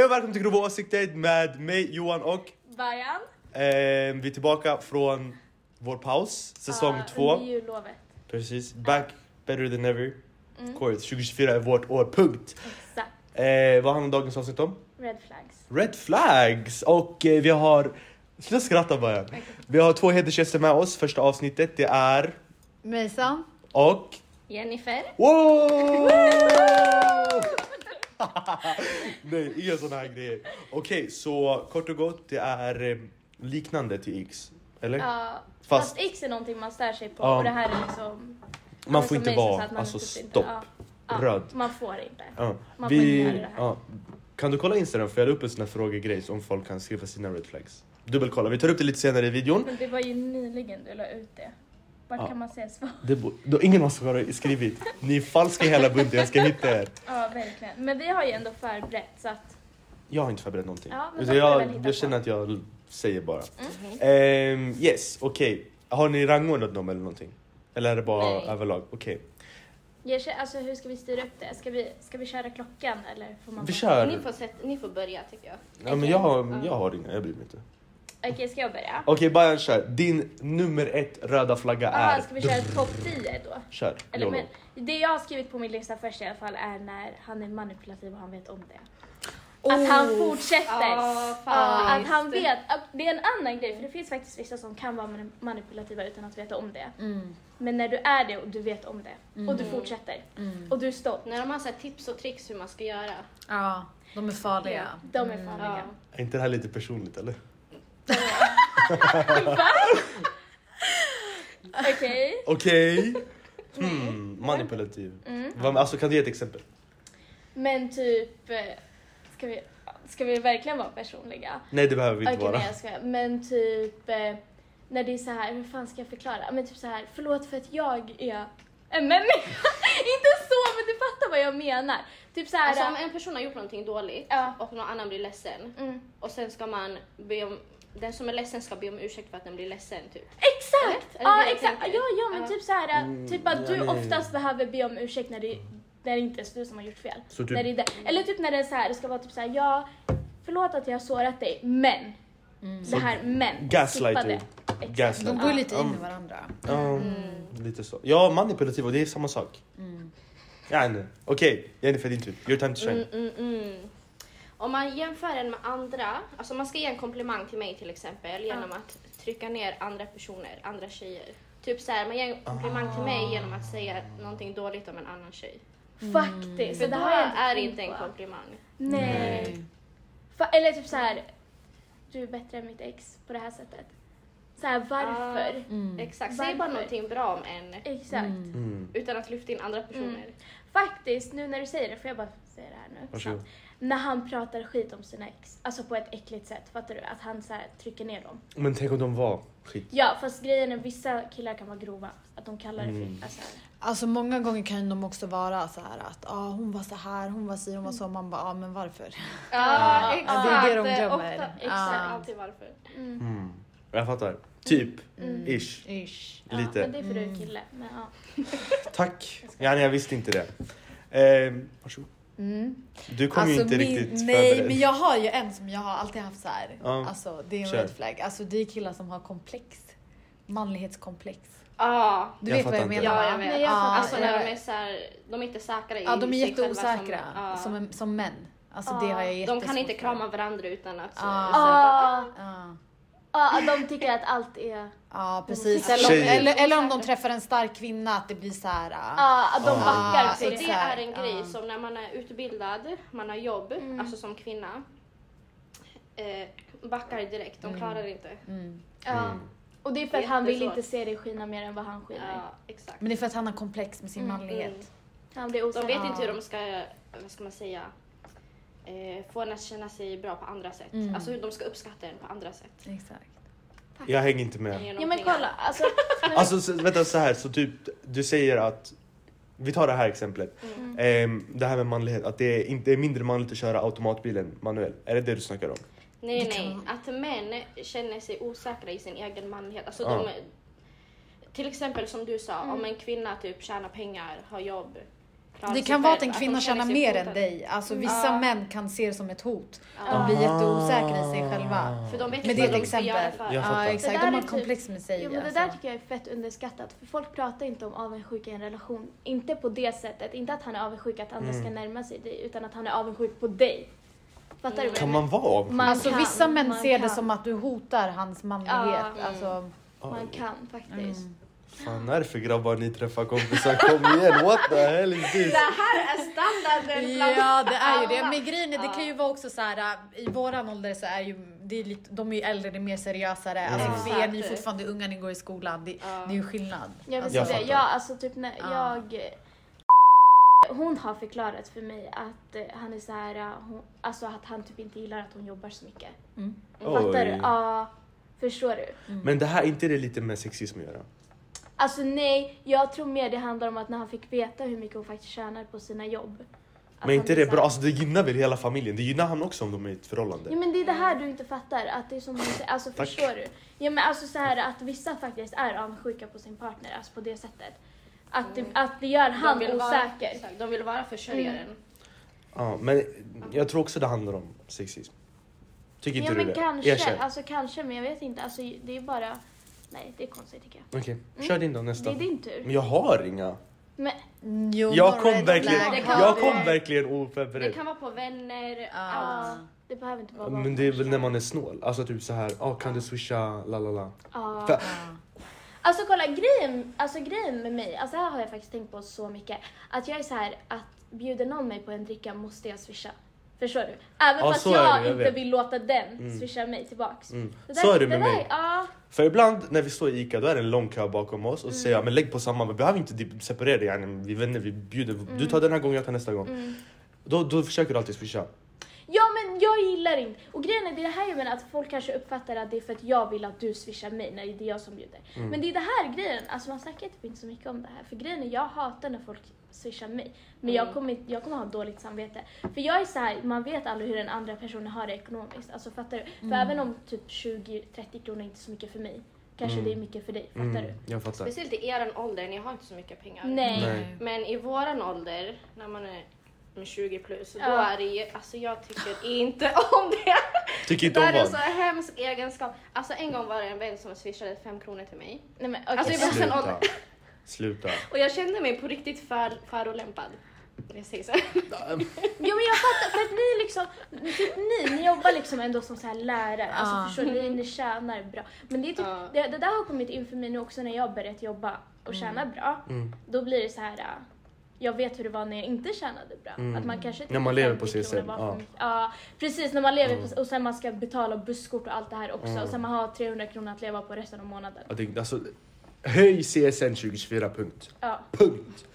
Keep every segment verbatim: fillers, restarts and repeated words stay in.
Hej och välkommen till Grova Åsikter med mig, Johan och Bajan. eh, Vi är tillbaka från vår paus, säsong uh, två. Under jullovet. Precis, back better than ever. Mm. Course, tjugo tjugofyra är vårt år, punkt. Exakt. eh, Vad handlar dagens avsnitt om? Red flags. Red flags. Och eh, vi har, sluta skratta bara. Okay. Vi har två hedersgäster med oss. Första avsnittet, det är Mejsan och Jennifer. wow! Nej, inga såna här grejer. Okej, okay, så kort och gott, det är eh, liknande till X, eller? Ja, fast, fast X är någonting man stör sig på. Ja. Och det här är liksom... man får inte Mejsan, vara, så att man alltså typ inte- stopp, ja, röd. Ja, man får inte. Ja. Man Vi, får inte göra det här. ja. Kan du kolla Instagram, för jag hade upp en sån här frågegrej om folk kan skriva sina red flags. Dubbelkolla, vi tar upp det lite senare i videon. Men det var ju nyligen du la ut det. Vart Ja. kan man se svar? Det bo, då, ingen har skrivit, ni är falska i hela bunten, jag ska hitta er. Ja, verkligen. Men vi har ju ändå förberett så att... Jag har inte förberett någonting. Ja, men Utan då får vi väl jag, hitta jag på. känner att jag säger bara. Mm. Ehm, yes, okej. Okay. Har ni rangordnat dem eller någonting? Eller är det bara Nej. överlag? Okej. Okay. Alltså hur ska vi styra upp det? Ska vi, ska vi köra klockan eller får man... Vi bara- kör. Ni får, sätt, ni får börja tycker jag. Ja, men Okej. jag har, jag har inga, jag bryr mig inte. Okej, okay, ska jag börja? Okej, okay, bara kör. Din nummer ett röda flagga är... Ah, ska vi köra topp tio då? Kör. Eller, YOLO. men, det jag har skrivit på min lista först i alla fall är när han är manipulativ och han vet om det. Oh. Att han fortsätter. Ja, Ja, att han vet. Att det är en annan grej, för det finns faktiskt vissa som kan vara mani- manipulativa utan att veta om det. mm. Men när du är det och du vet om det och du Mm. fortsätter Mm. och du är stolt, När de har så här tips och tricks hur man ska göra. Ja, de är farliga. de är Mm. farliga. Ja. Är inte det här lite personligt, eller? Okej. Okej. Hmm, manipulativ. Mm. Vad- Alltså, kan du ge ett exempel? Men typ, eh, ska vi, ska vi verkligen vara personliga? Nej, det behöver vi inte Okej, vara. nej, jag skojar. Men typ eh, när det är så här, hur fan ska jag förklara? Men typ så här, förlåt för att jag är en människa. Inte så, men du fattar vad jag menar. Typ så här. Alltså om en person har gjort någonting dåligt Ja. och någon annan blir ledsen. Mm. Och sen ska man be om, den som är ledsen ska be om ursäkt för att den blir ledsen typ. Exakt! Eller? Är det Ja, det du exakt. tänker? Ja, ja, men Ja. typ så här, Mm, typ att du ja, nej. oftast behöver be om ursäkt när det, när det inte är du som har gjort fel. Så typ- När det är det. Eller typ när det är så här, det ska vara typ så här, ja, förlåt att jag har sårat dig, men. Mm. Det här men. Gaslighting. skippa det. Exakt. Gaslight. De går ju lite in Ja. i varandra. Ja, Mm. lite så. Ja, manipulativ, och det är samma sak. Mm. Ja, nej. Okej, Jennifer, din tur. Your time to shine. Mm, mm, mm. Om man jämför en med andra, alltså man ska ge en komplimang till mig till exempel genom att trycka ner andra personer, andra tjejer. Typ så här, man ger en komplimang till mig genom att säga någonting dåligt om en annan tjej. Faktiskt. För Så det då har jag är det tänkt inte en på. komplimang. Nej. Fa- eller typ så här, du är bättre än mitt ex på det här sättet. Så här, varför? Mm. Exakt, Varför? säg bara någonting bra om en Exakt. Mm. Mm. utan att lyfta in andra personer. Faktiskt, nu när du säger det, får jag bara säga det här nu? Varsågod. snabbt? När han pratar skit om sina ex, alltså på ett äckligt sätt, fattar du? Att han så här trycker ner dem. Men tänk om de var skit. Ja, fast grejen är vissa killar kan vara grova. Att de kallar det för, Mm. alltså, Alltså många gånger kan de också vara så här att ah, hon var så här, hon var si, hon var så. Man bara, ah, men varför? Ja, Ja, exakt. det är det de glömmer. Ofta, Exakt. exakt, alltid varför. mm. Mm. Jag fattar. Typ. Mm. Ish. Ish. Ja, Lite. men det är för du är Mm. kille. Men, ja. Tack. Ja, nej, jag visste inte det. Eh, varsågod. Mm. Du kom ju inte min- riktigt Nej, förberedd. men jag har ju en som jag har alltid haft så här. Ja. Alltså det är en Kör. red flag. Alltså det är killar som har komplex. Manlighetskomplex. Ja, Du Jag vet vad fattar jag inte. menar ja va? jag vet. Nej, jag Ja, fattar. Alltså när jag- de är så här, de är inte säkra i Ja, de är sig själva jätteosäkra som, ja. som, som män. Alltså Ja. det har jag De jättesvårt kan inte för. krama varandra utan att... Ja. så här, Ah, Ja. ah, de tycker att allt är... Ja, precis. Tjejer. Eller, om- eller, eller om de träffar en stark kvinna att det blir så här. ah. Ah, att de Ah. backar Alltså på det det. är en grej Ja. som när man är utbildad, man har jobb, Mm. alltså som kvinna, eh, backar direkt, de Mm. klarar det inte. Mm. Ja. Mm. Och det är för att han vill Jättesvårt. inte se dig skina mer än vad han skiner. Ja, exakt. Men det är för att han har komplex med sin Mm. manlighet. Han blir De osäker. vet Ja. inte hur de ska, vad ska man säga, eh, få en att känna sig bra på andra sätt. Mm. Alltså hur de ska uppskatta en på andra sätt. Exakt. Jag hänger inte med. Genom Ja men pengar. kolla, alltså... Alltså, så, vänta så här. Så typ, du säger att... Vi tar det här exemplet. Mm. Ehm, det här med manlighet. Att det är, inte, det är mindre manligt att köra automatbilen manuell. Är det det du snackar om? Nej, Det nej. kan- Att män känner sig osäkra i sin egen manlighet. Alltså Ja. de, till exempel som du sa, Mm. om en kvinna typ tjänar pengar, har jobb, Det kan vara att en kvinna tjänar mer än dig. Alltså vissa Ja. män kan se det som ett hot. Ja. De blir jätteosäkra i sig själva. För de vet Men inte det är vad ett de ska göra exempel. för. Jag fattar. Ja, Det exakt. där De har är typ- komplex med sig. Jo, men det alltså. där tycker jag är fett underskattat. För folk pratar inte om avundsjuka i en relation. Inte på det sättet. Inte att han är avundsjuk att andra ska närma sig dig. Utan att han är avundsjuk på dig. Fattar du vad Kan jag man vara avundsjuk? Man Alltså kan, vissa män man ser det kan. som att du hotar hans manlighet. Ja. Alltså, Man kan faktiskt. mm. Fan är det för grabbar ni träffar kompisar? Kom igen, what the hell is this? Det här är standarden bland Ja, det är ju det. alla. Men grejen är, det kan ju Ja. vara också så här, i våran ålder så är ju, det är lite, de är ju äldre, det är mer seriösare. Alltså Mm. för er, ni är Exakt. fortfarande unga, ni går i skolan. Det, Ja. det är ju skillnad. Jag vill Alltså, Jag säga det. fattar. Ja, alltså typ när Ja. jag... Hon har förklarat för mig att eh, han är så här, eh, hon, alltså att han typ inte gillar att hon jobbar så mycket. Mm. Fattar du? Oj. Ja, förstår du? Men det här, inte det lite med sexism att göra? Alltså nej, jag tror mer det handlar om att när han fick veta hur mycket hon faktiskt tjänar på sina jobb. Att Men han inte blir det så bra, här- alltså det gynnar väl hela familjen? Det gynnar han också om de är i ett förhållande. Ja men det är det här du inte fattar, att det är som hon säger, alltså Tack. förstår du? Ja men alltså så här att vissa faktiskt är avundsjuka på sin partner, alltså på det sättet. Att det, att det gör han de vill vara, osäker. exakt, de vill vara försörjaren. Ja, men jag tror också det handlar om sexism. Tycker inte Ja du men det? kanske, Erkänn. alltså kanske, men jag vet inte, alltså det är bara, nej det är konstigt tycker jag. Okej, kör din då Det nästa. är din tur. Men jag har inga. Men Jo, Jag några kom red verkligen, flag Det kan jag vara- kom verkligen Det oförberedd. kan vara på vänner, Ja. allt. ja, det behöver inte vara Men det är väl när man är snål. Alltså typ så här, ah, kan du swisha la la la. Ja. För- Ja. Alltså kolla, grejen, alltså grejen med mig, alltså här har jag faktiskt tänkt på så mycket. Att jag är så här, att bjuder någon mig på en dricka måste jag swisha. Förstår du? Även Ja, fast så är jag, det, jag inte vet. vill låta den Mm. swisha mig tillbaks. Mm. där- Så är det med där- mig. Ja, För ibland när vi står i Ica då är det en lång kö bakom oss och så säger jag men lägg på samma, vi behöver inte di- separera det, yani, vi vänner, vi bjuder, du tar den här gången, jag tar nästa gång. mm. Då, då försöker du alltid swisha. ja men jag gillar inte, och grejen är det är det här jag menar att folk kanske uppfattar att det är för att jag vill att du swishar mig när det är jag som bjuder. Mm. Men det är det här grejen, alltså man snackar typ inte så mycket om det här. För grejen är jag hatar när folk swishar mig. Men jag Mm. kommer, inte- jag kommer ha dåligt samvete. För jag är så här, man vet aldrig hur den andra personen har det ekonomiskt. Alltså fattar du? För även om typ tjugo till trettio kronor är inte så mycket för mig. Kanske Mm. det är mycket för dig, fattar Mm, du? jag fattar. Speciellt i er ålder, ni har inte så mycket pengar. Nej. Nej. Men i våran ålder, när man är tjugo plus, då Ja. är det ju, alltså jag tycker inte om det. Tycker Det inte om där är en vad? så hemsk egenskap. Alltså en gång var det en vän som swishade fem kronor till mig. Nej men okej. Alltså, i vuxen Sluta. ålder. Sluta. Och jag kände mig på riktigt för, förolämpad. Jag säger så. Jo men jag fattar, för att ni liksom, typ ni, ni jobbar liksom ändå som så här lärare, alltså Ja. förstår ni, ni tjänar bra. Men det är typ, Ja. det, det där har kommit in för mig nu också när jag har börjat jobba och tjäna bra. Mm. Då blir det så här, äh, jag vet hur det var när jag inte tjänade bra. Mm. Att man kanske När man tyckte lever på femtio C S N, kronor var för ja. mycket. Ja, precis när man lever Mm. på, och sen man ska betala busskort och allt det här också. Mm. Och sen man har trehundra kronor att leva på resten av månaden. Ja, det, alltså, höj C S N tjugo tjugofyra, punkt. Ja, Punkt.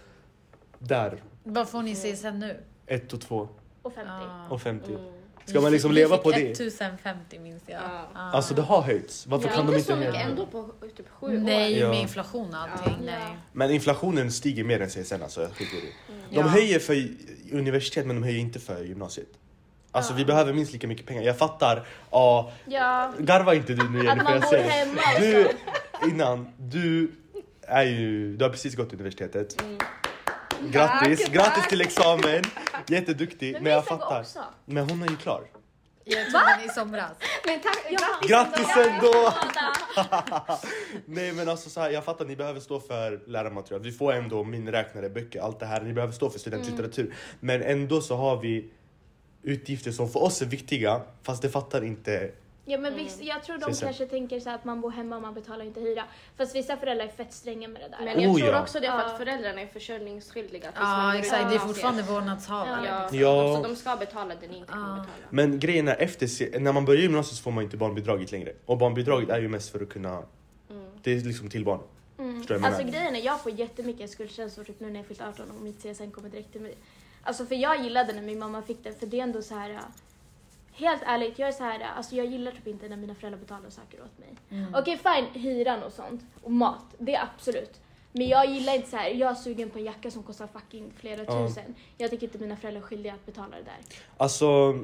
Där. Vad får ni se sen nu? ett och två och femtio. Ja. och femtio. Mm. Ska man liksom Vi leva fick på det? tusen femtio minns jag. Ja. Ja. Alltså det har höjts. Varför Ja. kan de Inte inte så mycket höja? ändå på typ sju år. Nej, Ja. med inflation och allting. Ja. Nej. Men inflationen stiger mer än C S N, alltså jag skiter i det. De Ja. höjer för universitet men de höjer inte för gymnasiet. Alltså Ja. vi behöver minst lika mycket pengar. Jag fattar, ja, Ja, garva inte du nu att igen för man jag bor säger det. hemma och Du, så. innan, du är ju, du har precis gått universitetet. Mm. Grattis, Tack, grattis tack. till examen. Jätteduktig, Men men jag Lisa går fattar. också. Men hon är ju klar. Jag tog den i somras. Men tack, Ja. grattis, Grattis ändå! Ja. Nej men alltså så här, jag fattar att ni behöver stå för lärarmaterial. Vi får ändå miniräknare, böcker, allt det här. Ni behöver stå för studentlitteratur. Mm. Men ändå så har vi utgifter som för oss är viktiga. Fast det fattar inte. Ja men visst, jag tror de C S N. kanske tänker så här att man bor hemma och man betalar inte hyra. Fast vissa föräldrar är fett stränga med det där. Men jag Oh, tror ja. också det är för Ja. att föräldrarna är försörjningsskyldiga. tills Ja, man går i exakt. Det är gymnasiet. fortfarande vårdnadshavare. Ja, Ja. Så de ska betala det ni inte kan Ja. betala. Men grejen är efter, C- när man börjar gymnasiet så får man inte barnbidraget längre. Och barnbidraget är ju mest för att kunna, Mm. det är liksom till barn. Mm. Förstår du vad jag Alltså menar? grejen är, jag får jättemycket skuldkänslor typ nu när jag fyllt arton och mitt C S N kommer direkt till mig. Alltså för jag gillade när min mamma fick det, för det är ändå så här. äh, Helt ärligt, jag är så här, äh, alltså jag gillar typ inte när mina föräldrar betalar saker åt mig. Mm. Okej fine, hyran och sånt, och mat, det är absolut. Men jag gillar inte så här, jag är sugen på en jacka som kostar fucking flera Ja. tusen. Jag tycker inte mina föräldrar är skyldiga att betala det där. Alltså,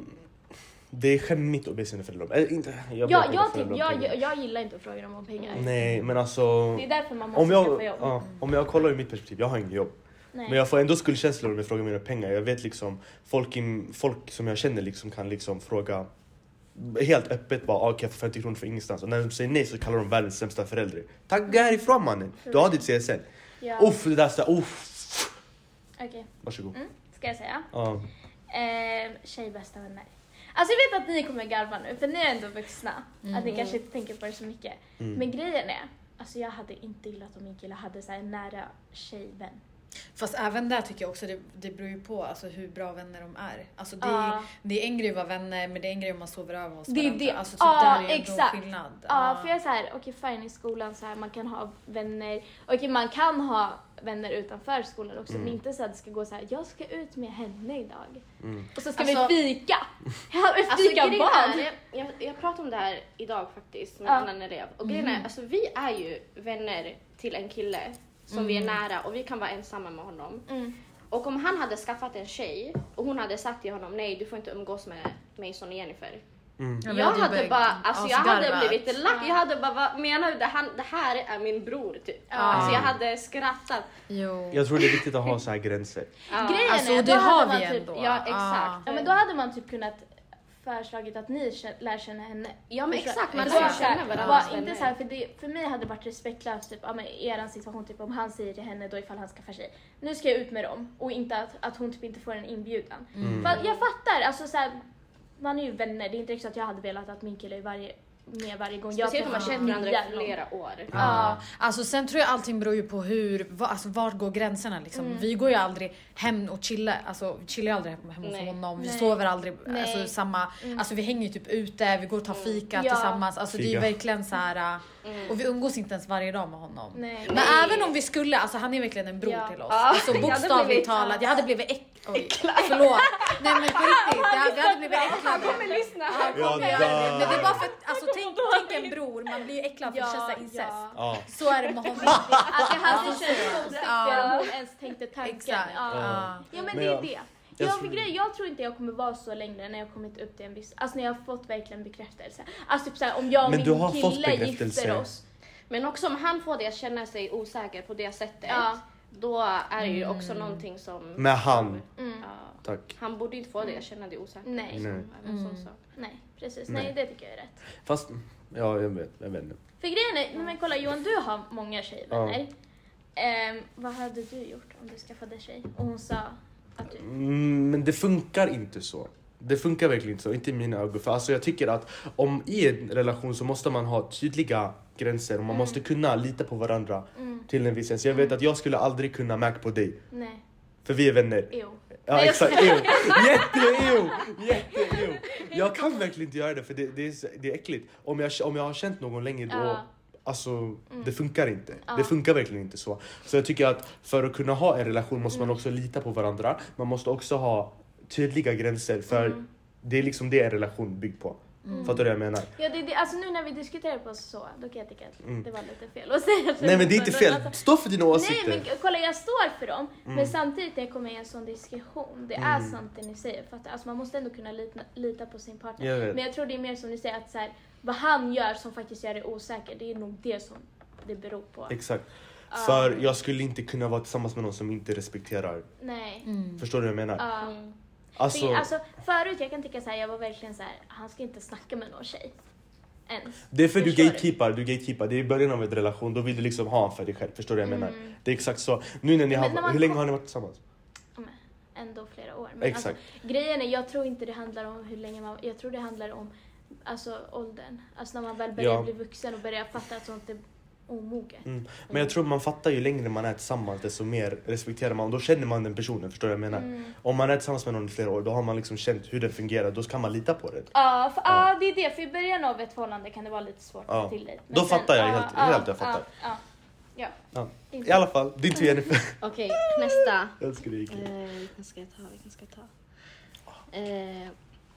det är skämmigt att be sina föräldrar om. Eller inte, jag ber Jag, mina jag, föräldrar typ, om jag, pengar. jag, jag gillar inte att fråga dem om pengar. Nej men alltså. Det är därför man måste Om skaffa jag, jobb. ja, om jag kollar ur mitt perspektiv, jag har inget jobb. Nej. Men jag får ändå skuldkänslor om jag frågar mina pengar. Jag vet liksom, folk, in, folk som jag känner liksom kan liksom fråga helt öppet bara, ah, kan jag få femtio kronor för ingenstans? Och när de säger nej så kallar de världens sämsta förälder. Tack, gå härifrån mannen. Du har ditt C S N. Ja. Uff, det där så uff. Okej. Okay. Varsågod. Mm, ska jag säga? Ja. Eh, tjej bästa vänner. Alltså jag vet att ni kommer garva nu, för ni är ändå vuxna. Mm. Att ni kanske inte tänker på det så mycket. Mm. Men grejen är, alltså jag hade inte gillat om min kille hade så här en nära tjejvän. Fast även där tycker jag också det, det beror ju på alltså, hur bra vänner de är. Alltså det, Ja. det är en grej att vara vänner, men det är en grej om man sover över hos Det är varandra. det. Alltså, typ, Ja, där är exakt. en skillnad. Ja, för jag är så här, okej fine i skolan så här, man kan ha vänner. Okej, man kan ha vänner utanför skolan också, Mm. men inte så att det ska gå så här, jag ska ut med henne idag. Mm. Och så ska Alltså- vi fika. Ja, vi Alltså, fika grejen vad? är, jag, jag pratade om det här idag faktiskt med Ja. en annan elev. Och grejen är, alltså vi är ju vänner till en kille som vi är nära och vi kan vara ensamma med honom. Mm. Och om han hade skaffat en tjej och hon hade sagt till honom, nej du får inte umgås med Mason och Jennifer. Mm. Ja, vi Jag hade ju hade börjat bara, alltså jag hade asgarvat. blivit lack. Jag hade bara, vad menar du? Det, han, det här är min bror typ. Alltså jag hade skrattat. Jo. Jag tror det är viktigt att ha så här gränser. Ja. Grejen Alltså är, det då har hade man vi typ, ändå. Ja, exakt. Ja, men då hade man typ kunnat föreslagit att ni kä- lär känna henne. Ja men Förstå- exakt, man Då- lär känna var varandras inte vänner. så här, för, det, för mig hade det varit respektlöst typ, ja, men i er situation, typ, om han säger till henne då ifall han skaffar sig. Nu ska jag ut med dem och inte att, att hon typ inte får en inbjudan. Mm. För jag fattar, alltså så här, man är ju vänner. Det är inte riktigt så att jag hade velat att min kille är varje, med varje gång jag Speciellt om man träffar känt varandra nya i någon. flera år. Ja. Alltså sen tror jag allting beror ju på hur, va, alltså vart går gränserna liksom. Mm. Vi går ju aldrig hem och chillar, alltså vi chillar ju aldrig hemma hos Nej. honom. Vi Nej. sover aldrig, Nej. alltså samma, Mm. alltså vi hänger ju typ ute, vi går och tar fika Ja. tillsammans. Alltså det är ju Fika. verkligen så här. Mm. Och vi umgås inte ens varje dag med honom. Nej. Men Nej. även om vi skulle, alltså han är verkligen en bror Ja. till oss. Ja. Alltså Jag hade bokstavligt blivit- talat, jag hade blivit äck... Oj, förlåt. Nej men på riktigt, jag hade, jag hade blivit äcklad. lyssna. Ja, Men där. det är bara för att, alltså tänk, tänk en bror, man blir ju äcklad för att känna incest. ja. Ja. Så är det med honom. Att jag hade Alltså, känt så. osäker Ja. om hon ens tänkte tanken. Exakt. Ja. Ja. Ja men Men det är jag- det. jag Ja, tror- för grej, jag tror inte jag kommer vara så längre när jag kommit upp till en viss, alltså när jag har fått verkligen bekräftelse. Alltså typ såhär, om jag och Men du har min fått kille bekräftelse. gifter oss. Men också om han får dig att känna sig osäker på det sättet. Ja. Då är det ju också någonting som... Med han. Mm. Ja. Tack. Han borde inte få dig att känna dig osäker. Nej. Liksom, Nej. eller en sån Mm. sak. Nej, precis. Nej. Nej, det tycker jag är rätt. Fast, ja jag vet, jag vet inte. För grejen är, nej, men kolla Johan, du har många tjejvänner. Ehm, vad hade du gjort om du skaffade tjej? Och hon sa att du... Mm, men det funkar inte så. Det funkar verkligen inte så, inte i mina ögon. För alltså jag tycker att om i en relation så måste man ha tydliga gränser. Och man Mm. måste kunna lita på varandra Mm, till en viss gräns. Jag vet att jag skulle aldrig kunna märka på dig. nej, För vi är vänner. jo. Ja Nej, jag exakt, ew. Jätte ew. Jätte ew. Jag kan verkligen inte göra det för det, det, är, det är äckligt. Om jag, om jag har känt någon länge då, Ja. alltså det funkar inte. Ja. Det funkar verkligen inte så. Så jag tycker att för att kunna ha en relation måste man Mm. också lita på varandra. Man måste också ha tydliga gränser för Mm. det är liksom det en relation byggt på. Mm. Fattar du vad jag menar? Ja, det, det, alltså nu när vi diskuterar på så, då kan jag tycka att Mm. det var lite fel att säga. att Nej men det är inte men fel, alltså- stå för dina åsikter. Nej men kolla, jag står för dem. Mm. Men samtidigt när jag kommer i en sån diskussion, det är Mm. sant det ni säger. För att, alltså, man måste ändå kunna lita, lita på sin partner. Jag vet. Men jag tror det är mer som ni säger, att så här, vad han gör som faktiskt gör det osäker, det är nog det som det beror på. Exakt. Ja. För jag skulle inte kunna vara tillsammans med någon som inte respekterar. Nej. Mm. Förstår du vad jag menar? Ja. Mm. Alltså, För, alltså, förut jag kan tycka så här, jag var verkligen så här, han ska inte snacka med någon tjej. Ens. det är för du Förstår du? gatekeepar, du gatekeepar. Det är i början av en relation, då vill du liksom ha en för dig själv. Förstår du vad jag menar? Mm. Det är exakt så. Nu när ni Men har, när man hur länge kom- har ni varit tillsammans? Men, ändå flera år. Men Exakt. Alltså, grejen är, jag tror inte det handlar om hur länge man... Jag tror det handlar om alltså, åldern. Alltså när man väl börjar Ja. bli vuxen och börjar fatta att sånt är omoget. Mm. Men jag tror man fattar ju längre man är tillsammans desto mer respekterar man. Och då känner man den personen, förstår du vad jag menar? Mm. Om man är tillsammans med någon i flera år, då har man liksom känt hur den fungerar. Då kan man lita på det. Ja, för, Ja. ja, det är det. För i början av ett förhållande kan det vara lite svårt att Ja. ta till dig. Då fattar jag helt- helt, jag fattar. Ja, ja. Ja. Inte- I alla fall, din tur Jennifer. Okej, nästa. Jag älskar dig. Eh, vilken ska jag ta? Vilken ska jag ta? Eh,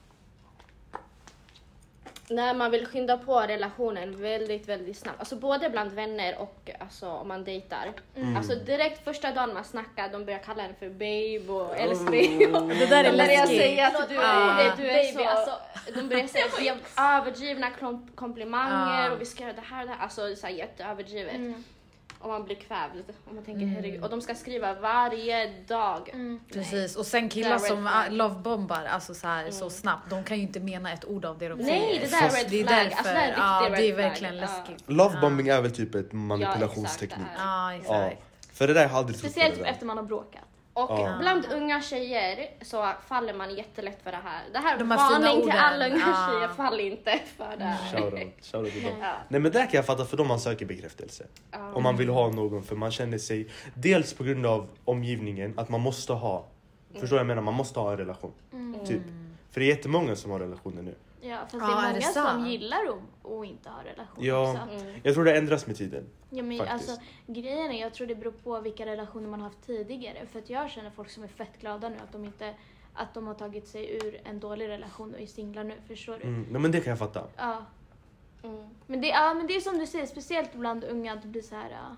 när man vill skynda på relationen väldigt, väldigt snabbt. Alltså både bland vänner och alltså, om man dejtar. Mm. Alltså direkt första dagen man snackar, de börjar kalla en för babe och älskling. Oh. Det där är De börjar läskigt. säga att du är, Ja. du är Baby, så... alltså. De börjar säga att vi har överdrivna kom- komplimanger Ja. och vi ska göra det här och det här. Alltså så här jätteöverdrivet. Mm. Och man blir kvävd. Och man tänker, herregud. Och de ska skriva varje dag. Mm. Precis, och sen killar Det är red som flag. lovebombar alltså så här Mm. så snabbt, de kan ju inte mena ett ord av det de Nej, säger. det där är Fast red det är flag. därför, Alltså, det är en ja, riktig det är red flag. verkligen Ja. läskigt. Lovebombing är väl typ ett manipulationsteknik. Ja, exakt, det här. Ja, exakt. Ja. För det där har jag aldrig trott på Speciellt det där. efter man har bråkat. Och Ja. bland unga tjejer så faller man jättelätt för det här. Det här är De här fina varning till orden. alla unga Ja. tjejer, fall inte för det här. Shoutout, shoutout till dem. Ja. Nej men där kan jag fatta för dem man söker bekräftelse. Ja. Om man vill ha någon för man känner sig, dels på grund av omgivningen, att man måste ha, förstår du vad jag menar? Man måste ha en relation. Mm. Typ. För det är jättemånga som har relationer nu. Ja, fast Ja, det är är många det som sant? gillar att, att inte ha relation Ja. också. Mm. Jag tror det ändras med tiden. Ja, men Faktiskt. alltså, grejen är, jag tror det beror på vilka relationer man har haft tidigare. För att jag känner folk som är fett glada nu att de inte att de har tagit sig ur en dålig relation och är singlar nu, förstår du? Mm. Nej, men det kan jag fatta. Ja. Mm. Men det, ja, men det är som du säger, speciellt bland unga, att det blir så här... ja,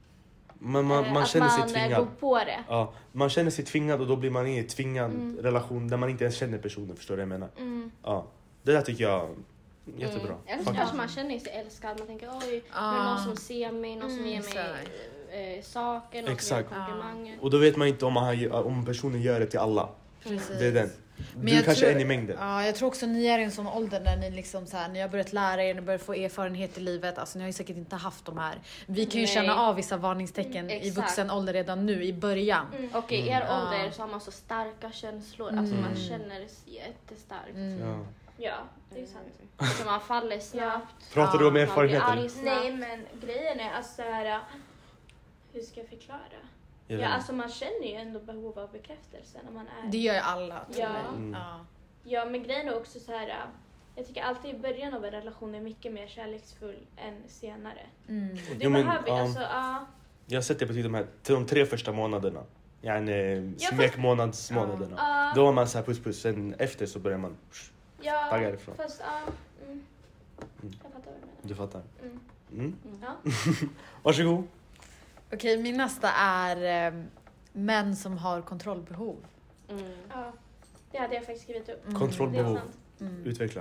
Men man, eh, man att känner sig man eh, tvingad. går på det. Ja, man känner sig tvingad och då blir man i en tvingad Mm. relation där man inte ens känner personen, förstår du vad jag menar? Mm. Ja. Det där tycker jag är jättebra. Mm. Eller så Faktiskt. kanske man känner sig älskad. Man tänker, oj, nu är det Ah. någon som ser mig, någon som Mm, ger så mig här. eh, saker, någon Exakt. som ger komplimanger. Och då vet man inte om, man har, om personen gör det till alla. Precis. Det är den. Men Du jag kanske tror- är en i mängden. Ja, jag tror också ni är i en sån ålder när ni liksom så här, ni har börjat lära er, ni börjar få erfarenhet i livet. Alltså ni har ju säkert inte haft de här. Vi kan ju Nej. känna av vissa varningstecken Mm, i exakt. vuxen ålder redan nu i början. Mm. Och i er Mm. ålder Ja. så har man så starka känslor. Alltså man känner jättestarkt. Mm. Ja. Ja, det är sant. Så man faller snabbt. Pratar du om Ja, man blir erfarenheter? arg snabbt. Nej, men grejen är alltså så här... Hur ska jag förklara? Jag Ja, vet alltså man känner ju ändå behov av bekräftelse när man är... Det gör ju alla. tror Ja. jag. Mm. Ja. Ja, men grejen är också så här. Jag tycker alltid i början av en relation är mycket mer kärleksfull än senare. Mm. Och det Jo, men, behöver ja. alltså, ja. Jag har sett det på typ de, här, till de tre första månaderna. Yani Ja, smekmånadsmånaderna. Ja. Då var man så här puss puss, sen efter så börjar man... Ja, Taggar ifrån. fast ja. Mm. Mm. Jag fattar vad du menar. Du fattar? Mm. Mm. Ja. Varsågod. Okej, min nästa är eh, män som har kontrollbehov. Mm. Ja, det hade jag faktiskt skrivit upp. Mm. Det är Kontrollbehov. sant. Mm. Utveckla.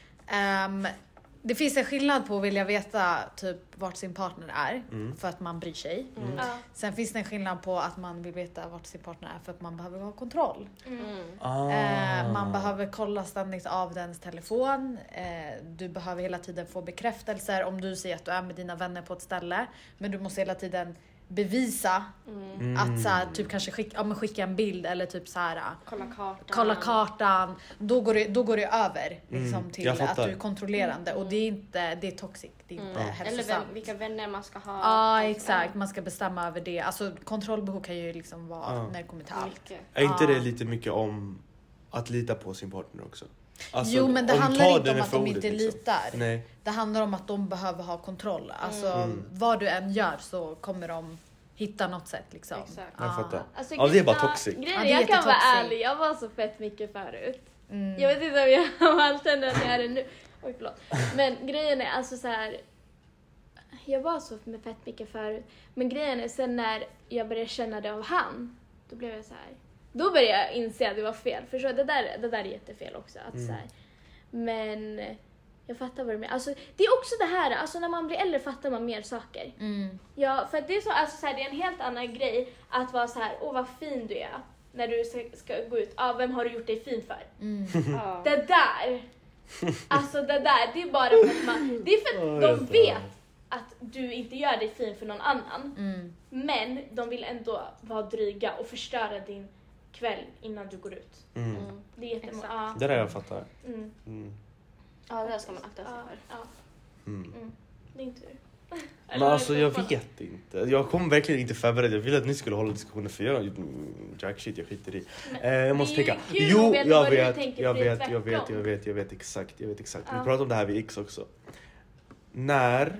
Ehm, det finns en skillnad på att vilja veta typ vart sin partner är Mm. för att man bryr sig. Mm. Ja. Sen finns det en skillnad på att man vill veta vart sin partner är för att man behöver ha kontroll. Mm. Mm. Ah. Eh, man behöver kolla ständigt av dens telefon. Eh, du behöver hela tiden få bekräftelser om du säger att du är med dina vänner på ett ställe. Men du måste hela tiden bevisa Mm. Mm. att så här, typ kanske skicka, ja, men skicka en bild eller typ så här, Kolla kartan. kolla kartan. Då går det, då går det över liksom, Mm, till jag att fattar. du är kontrollerande. Och det är inte, det är toxic. Det är inte Mm. Eller hälsosamt. vem, vilka vänner man ska ha. Ja, Alltså, exakt. Man ska bestämma över det. Alltså kontrollbehov kan ju liksom vara Ja. när det kommer till allt. mycket. Är inte det Ja. lite mycket om att lita på sin partner också? Alltså, Jo, men det om handlar ta inte den om att för de ordet, inte liksom. litar. Nej. Det handlar om att de behöver ha kontroll. Alltså Mm. vad du än gör så kommer de hitta något sätt liksom. Exakt. Jag fattar. Alltså, Ja, det är bara ja, toxic. Grejen, Ja, det är jag kan vara jättetoxic. ärlig, jag var så fett mycket förut. Mm. Jag vet inte om jag om allt känner att jag är det nu. Oj, förlåt. Men grejen är alltså så här. Jag var så med fett mycket förut. Men grejen är sen när jag började känna det av han. Då blev jag så här. Då började jag inse att det var fel. För så, det, där, det där är jättefel också. Att, Mm. så här. Men jag fattar vad du menar. Alltså, det är också det här. Alltså när man blir äldre fattar man mer saker. Mm. Ja, för att det är så, alltså så här, det är en helt annan grej att vara så här, åh vad fin du är. När du ska, ska gå ut, ah, vem har du gjort dig fin för? Mm. Ja. Det där, alltså det där, det är bara för att man, det är för Ja, att jag de vet. vet att du inte gör dig fin för någon annan. Mm. Men de vill ändå vara dryga och förstöra din kväll innan du går ut. Mm. Mm. Det är jättemånga. Exakt. Ja. Det där jag fattar. Mm. Mm. Ja, det där ska man akta sig Ja, för. ja. Mm. Mm. Din tur. Men alltså jag vet inte. Jag kom verkligen inte förberedd. Jag ville att ni skulle hålla diskussionen för jag jack shit, jag skiter i. Eh, jag måste det är ju tänka. kul Jo, att veta jag vad du vet, tänker, jag för det är vet, jag vet, tvärtom. jag vet, jag vet exakt, jag vet exakt. Vi Ja. pratade om det här vid X också. När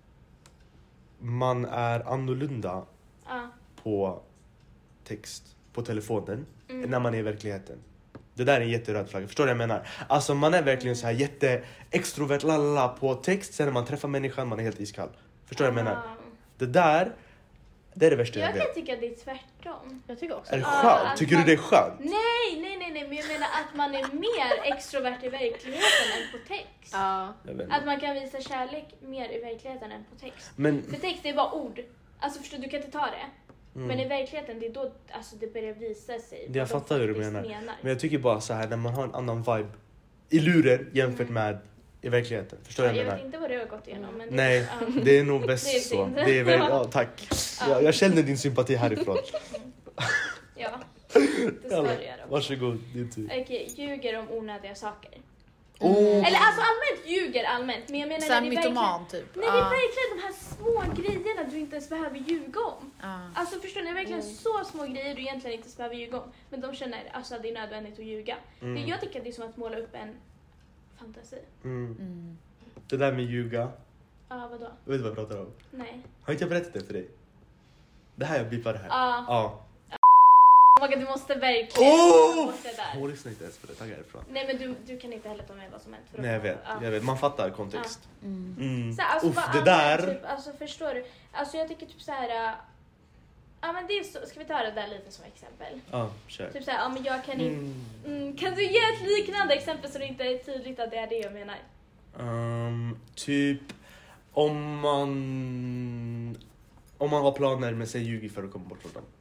man är annorlunda Ja. på text, på telefonen, Mm. när man är i verkligheten. Det där är en jätteröd flagga, förstår du vad jag menar? Alltså man är verkligen så här jätteextrovert lalala på text, sen när man träffar människan man är helt iskall. Förstår du vad jag menar? Ah. Det där, det är det värsta jag, Jag vet. kan tycka det är tvärtom. Jag tycker också Är det Ja, skönt? att Tycker man- du det är skönt? Nej, nej, nej, nej, men jag menar att man är mer extrovert i verkligheten än på text. Ja. Jag vet Att inte. man kan visa kärlek mer i verkligheten än på text. Men För text är bara ord. Alltså förstår du, kan inte ta det. Mm. Men i verkligheten, det är då alltså, det börjar visa sig. Det jag vad fattar de hur du faktiskt menar. menar. Men jag tycker bara så här när man har en annan vibe i luren jämfört Mm. med i verkligheten. Förstår Ja, du vad jag jag vet menar? inte vad du har gått igenom. Men Nej, det, ja. det är nog bäst Det är så. fint. Det är väl, ja, tack. Jag, jag känner din sympati härifrån. Ja, det ska Jalla, du göra. varsågod, din tur. Okej, ljuger om onödiga saker. Oh. Eller alltså allmänt ljuger allmänt. Men jag menar Såhär när det är verkligen, mytoman typ. nej, det är Ah. verkligen de här små grejerna du inte ens behöver ljuga om. Ah. Alltså förstår ni, det är verkligen Mm. så små grejer du egentligen inte ens behöver ljuga om. Men de känner alltså, att det är nödvändigt att ljuga. Mm. Det, jag tycker att det är som att måla upp en fantasi. Mm. Mm. Det där med ljuga, Ja, vadå? jag vet vad jag pratar om. Nej. Har inte jag berättat det för dig? Det här, jag bippar det här. Ja. Ja. Oh my God, du måste verkligen Oh! ta bort det där. Hon lyssnar inte ens på det, tagga härifrån. Nej, men du, du kan inte heller ta med vad som helst. för då Nej, jag kommer- vet, ja. jag vet. Man fattar kontext. Mm. Mm. Så, här, alltså, Uff, vad det använder, där. Typ, alltså förstår du? Alltså jag tycker typ så här. äh, Ja men det är så, ska vi ta det där lite som exempel? Ja, kör. Typ så här, ja men jag kan inte. Mm. Mm, kan du ge ett liknande exempel så det inte är tydligt att det är det jag menar? Um, typ om man om man har planer men sen ljuger för att komma bort från dem.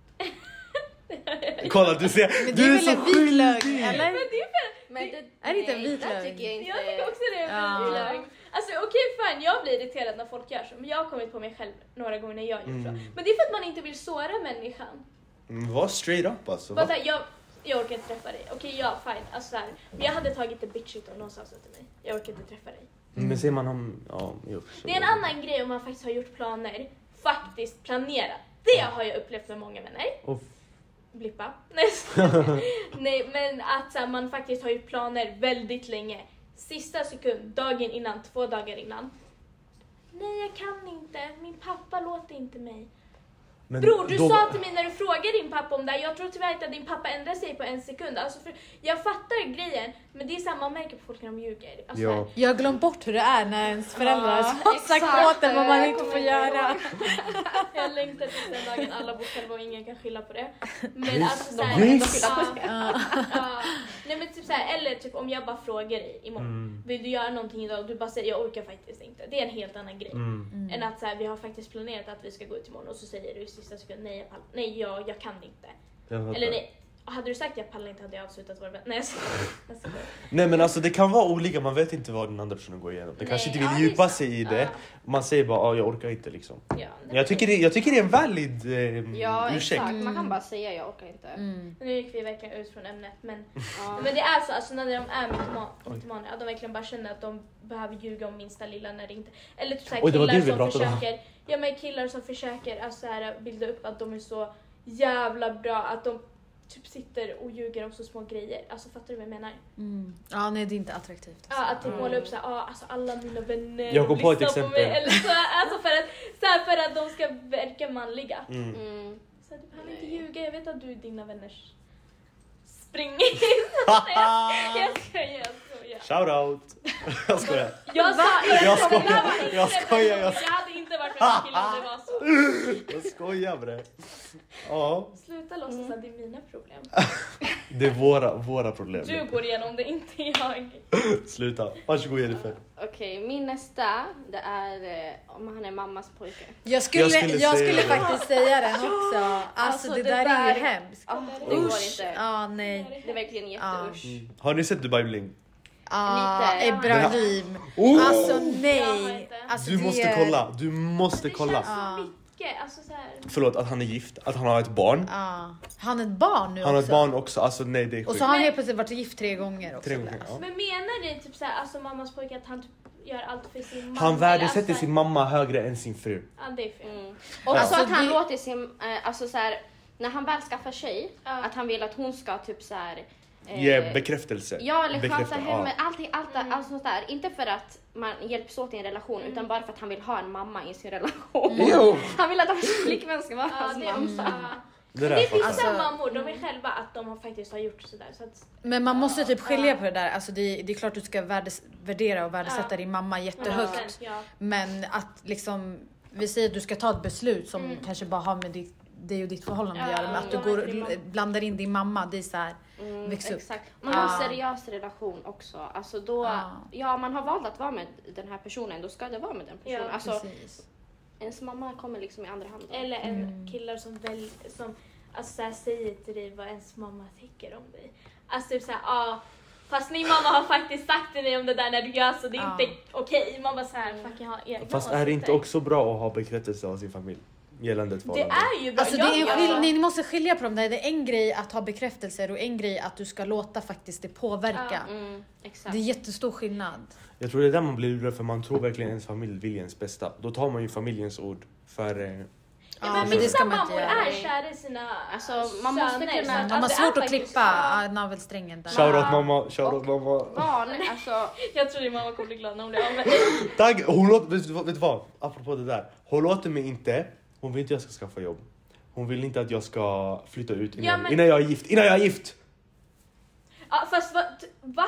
Kolla, du ser. Men det Du är är väl så en vit lögn, skyldig. eller? Men det är för, Men det, Är det inte en nej, vit där lögn? tycker jag inte. jag tycker också det är en Ja. ja. lögn. Alltså okej fine, jag blir irriterad när folk gör så. Men jag har kommit på mig själv några gånger när jag gjort Mm. så. Men det är för att man inte vill såra människan. Mm, Var straight up alltså. Bara Va? så här, jag, jag orkar inte träffa dig. Okej ja fine, alltså så här, men jag hade tagit det bitchigt om någon sa så till mig. Jag orkar inte träffa dig. Men ser man om... Ja, jo, så. Det är en annan grej om man faktiskt har gjort planer. Faktiskt planerat. Det har jag upplevt med många vänner. Och Blippa. Nej, Nej men att så här, man faktiskt har gjort planer väldigt länge. Sista sekund, dagen innan, två dagar innan. Nej jag kan inte, min pappa låter inte mig. men Bror, du då- sa till mig när du frågade din pappa om det här, jag tror tyvärr inte att din pappa ändrar sig på en sekund. Alltså för, jag fattar grejen, men det är samma man märker på folk när de ljuger. Alltså, Ja. här, Jag har glömt bort hur det är när ens föräldrar Ja, har sagt exakt. åt en vad man Jag inte kommer får inte göra. ihåg. Jag längtar till den dagen alla bor själva och ingen kan skylla på det. Men alltså såhär, kan Visst. skylla på ja, ja. Nej men typ såhär, eller typ om jag bara frågar dig imorgon, Mm. vill du göra någonting idag och du bara säger jag orkar faktiskt inte. Det är en helt annan grej. Mm. Än att såhär, vi har faktiskt planerat att vi ska gå ut imorgon och så säger du i sista sekund nej, jag, pallar- nej jag, jag kan inte. Jag fattar. Eller nej, hade du sagt jag pallar inte hade jag avslutat vår vän. Nej jag skojar. Jag skojar. Nej men alltså det kan vara olika, man vet inte vad den andra personen går igenom. Det Nej, kanske inte vill ja, det är djupa sant. sig i det. Ja. Man säger bara ah, jag orkar inte liksom. Ja, det Jag tycker det, jag tycker det är en valid eh, Ja, ursäkt. exakt. Man kan bara säga jag orkar inte. Mm. Nu gick vi verkligen ut från ämnet men, Ja. men det är så alltså när de är mytoma- mytomaner, att de verkligen bara känner att de behöver ljuga om minsta lilla när det inte, eller typ såhär Oj, det var killar det vi som pratade om. försöker, ja men killar som försöker alltså såhär, bilda upp att de är så jävla bra att de typ sitter och ljuger om så små grejer. Alltså fattar du vad jag menar? Mm. Ja, nej det är inte attraktivt. Ja, att typ Mm. måla upp såhär, ah, alltså alla mina vänner Jag kom på ett lyssnar exempel. mig. Eller så, alltså för att, så här, för att de ska verka manliga. Mm. Mm. Så du behöver inte Nej. ljuga, jag vet att du är dina vänners springis. jag, jag skojar, jag skojar. Shout out. Jag skojar. Jag sa Jag skojar, det där var inte jag skojar, jag vänner. Jag hade inte varit med en kille om det var så. Jag skojar bre. Ja, Sluta låtsas att det är mina problem. det är våra, våra problem. Du går igenom det, inte jag. Sluta. Varsågod Jennifer. Okej, min nästa det är eh, om han är mammas pojke. Jag skulle, Jag jag skulle skulle, säga det. faktiskt säga den också. Alltså, Alltså, det, det där, är där- ju hemskt. Ah, det går Usch. inte. Ja, nej. Det är verkligen jätteusch. Mm. Har ni sett Dubai Bling? Ja, Lite. Ibrahim. Oh! Alltså Jag har nej. inte. Alltså, Du det måste är- kolla, du måste Det kolla. känns Ja. så mycket, alltså så här. Förlåt, att han är gift, att han har ett barn. Ja. Han är ett barn nu Han har också. ett barn också, alltså nej det är Och sjukt. så har han helt plötsligt varit gift tre gånger också. Tre gånger, ja. Men menar ni typ såhär, alltså mammas pojke att han typ gör allt för sin mamma? Han eller värdesätter alltså, sin mamma högre än sin fru. Ja, det är fel. Mm. Och Alltså, så att han det- låter sin, eh, alltså så här, när han väl skaffar tjej, Ja. att han vill att hon ska typ så här. eh, Ge bekräftelse. Ja, eller sköta Bekräfta, hemmet, allting, allt, Mm. allt sånt där. Inte för att man hjälps åt i en relation, utan bara för att han vill ha en mamma i sin relation. Jo! Han vill att hans flickvän ska vara Ja, hans det är mamma. också, ja. Det Det där är fattar vissa jag. Alltså- mammor, de är själva att de har faktiskt har gjort sådär. Så att, Men man måste typ skilja Ja. på det där. Alltså det, det är klart du ska värdes, värdera och värdesätta Ja. din mamma jättehögt. ja. Men att liksom, vi säger att du ska ta ett beslut som Mm. kanske bara har med ditt, dig och ditt förhållande att Ja, göra. Men att du ja, går verkligen. och blandar in din mamma, det är så här. Mm, Väx upp. exakt. Man har en Ja. seriös relation också. Alltså då, Ja. ja. man har valt att vara med den här personen, då ska det vara med den personen. Ja, alltså, Precis. ens mamma kommer liksom i andra hand. Då. Eller en Mm. killar som väl som alltså så här, säger till dig vad ens mamma tycker om dig. Alltså typ såhär, ja ah, fast min mamma har faktiskt sagt till mig om det där när du gör så det är Ja. inte okej. Man bara såhär, fucking ha egna Fast är det inte åsikter. också bra att ha bekräftelse av sin familj? Gällande ett Det förhållande. är ju bra. Alltså det Jag- är jag- skill- ni måste skilja på dem där. Det är en grej att ha bekräftelser och en grej att du ska låta faktiskt det påverka. Mm, exakt. Det är jättestor skillnad. Jag tror det är där man blir lurad för man tror verkligen ens familj vill ens bästa. Då tar man ju familjens ord för... Eh, Ja, Ja, men, men det ska vissa man inte mammor göra. är kära i sina Alltså, man måste söner, kunna- så att De har det är svårt att faktiskt- klippa Ja. ja. navelsträngen där. Shoutout mamma, shoutout Och- mamma. Barn, alltså... Jag tror din mamma kommer bli glad när hon blir av med Tack! Hon låter, vet, du vad- vet du vad? Apropå det där. Hon låter mig inte, hon vill inte att jag ska skaffa jobb. Hon vill inte att jag ska flytta ut innan, Ja, men- innan jag är gift. Innan jag är gift! Ja, fast va? va?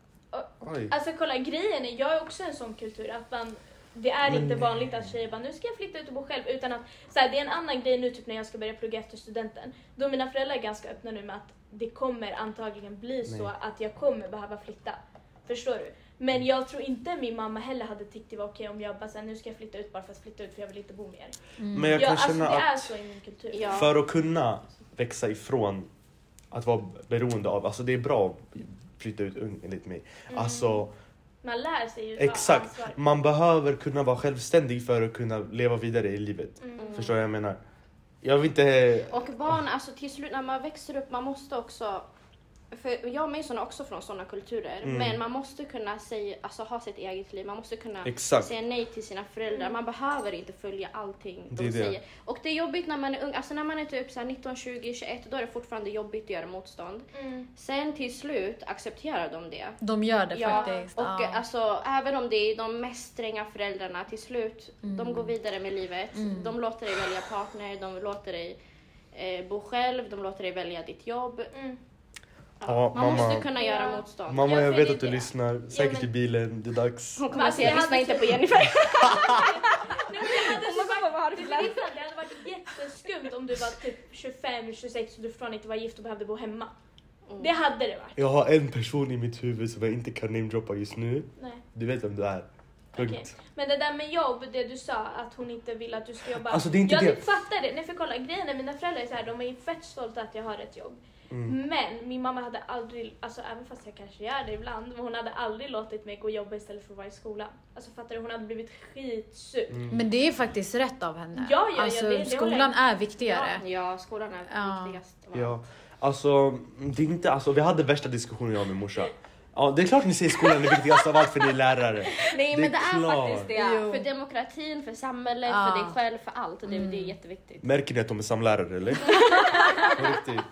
Oj. Alltså kolla, grejen är, jag är också en sån kultur att man, det är Men inte nej. vanligt att tjejer bara, nu ska jag flytta ut och bo själv, utan att så här, det är en annan grej nu typ när jag ska börja plugga efter studenten. Då mina föräldrar är ganska öppna nu med att det kommer antagligen bli så Nej. att jag kommer behöva flytta. Förstår du? Men jag tror inte min mamma heller hade tyckt det var okej om jag bara så här, nu ska jag flytta ut bara för att flytta ut för jag vill inte bo mer. Men jag Ja, kan alltså känna det är att så i min kultur. Ja. för att kunna växa ifrån att vara beroende av, alltså det är bra att flytta ut ung enligt mig. Mm. Alltså Man lär sig ju ta exakt, ansvar. man behöver kunna vara självständig för att kunna leva vidare i livet. Mm. Förstår du vad jag menar? Jag vill inte... Och barn, alltså till slut när man växer upp, man måste också... För jag och Mason är också från sådana kulturer. Mm. Men man måste kunna säga, alltså, ha sitt eget liv. Man måste kunna Exakt. säga nej till sina föräldrar. Man behöver inte följa allting Det de är det. säger. Och det är jobbigt när man är ung. Alltså när man är typ så här nitton, tjugo, tjugoett, då är det fortfarande jobbigt att göra motstånd. Mm. Sen till slut accepterar de det. De gör det Ja, faktiskt. och ja. alltså, även om det är de mest stränga föräldrarna, till slut, Mm. de går vidare med livet. Mm. De låter dig välja partner, de låter dig eh, bo själv, de låter dig välja ditt jobb. Mm. Ja, Ja, man mamma. måste kunna göra Ja. motstånd. Mamma, Ja, jag för vet det att du är det. lyssnar. Säkert men- i bilen, det är dags. Hon kommer Men säga, det lyssna hade inte så- på Jennifer. Nej, men det hade Hon bara, "Vad har du för det, plan?" det hade varit jätteskumt om du var typ tjugofem, tjugosex och du fortfarande inte var gift och behövde bo hemma. Mm. Det hade det varit. Jag har en person i mitt huvud som jag inte kan namedroppa just nu. Nej. Du vet vem du är. Punkt. Okej. Men det där med jobb, det du sa att hon inte vill att du ska jobba. Alltså, det är inte jag det. typ fattar det. Nej, för kolla, grejen är mina föräldrar är så här, de är ju fett stolta att jag har ett jobb. Mm. Men min mamma hade aldrig, alltså även fast jag kanske gör det ibland, men hon hade aldrig låtit mig gå och jobba istället för att vara i skolan. Alltså fattar du, hon hade blivit skitsur. Mm. Men det är faktiskt rätt av henne. Ja, ja, ja, alltså, det- det skolan håller är viktigare. Ja, skolan är Ja. viktigast. av allt. Ja, alltså, det är inte, alltså vi hade värsta diskussionen jag och min morsa. Ja, det är klart ni säger skolan är viktigast av allt för ni är lärare. Nej, Det men är det är klart. faktiskt det. Jo. För demokratin, för samhället, Ja. för dig själv, för allt. Och det, Mm. det är jätteviktigt. Märker ni att de är samlärare eller? På riktigt.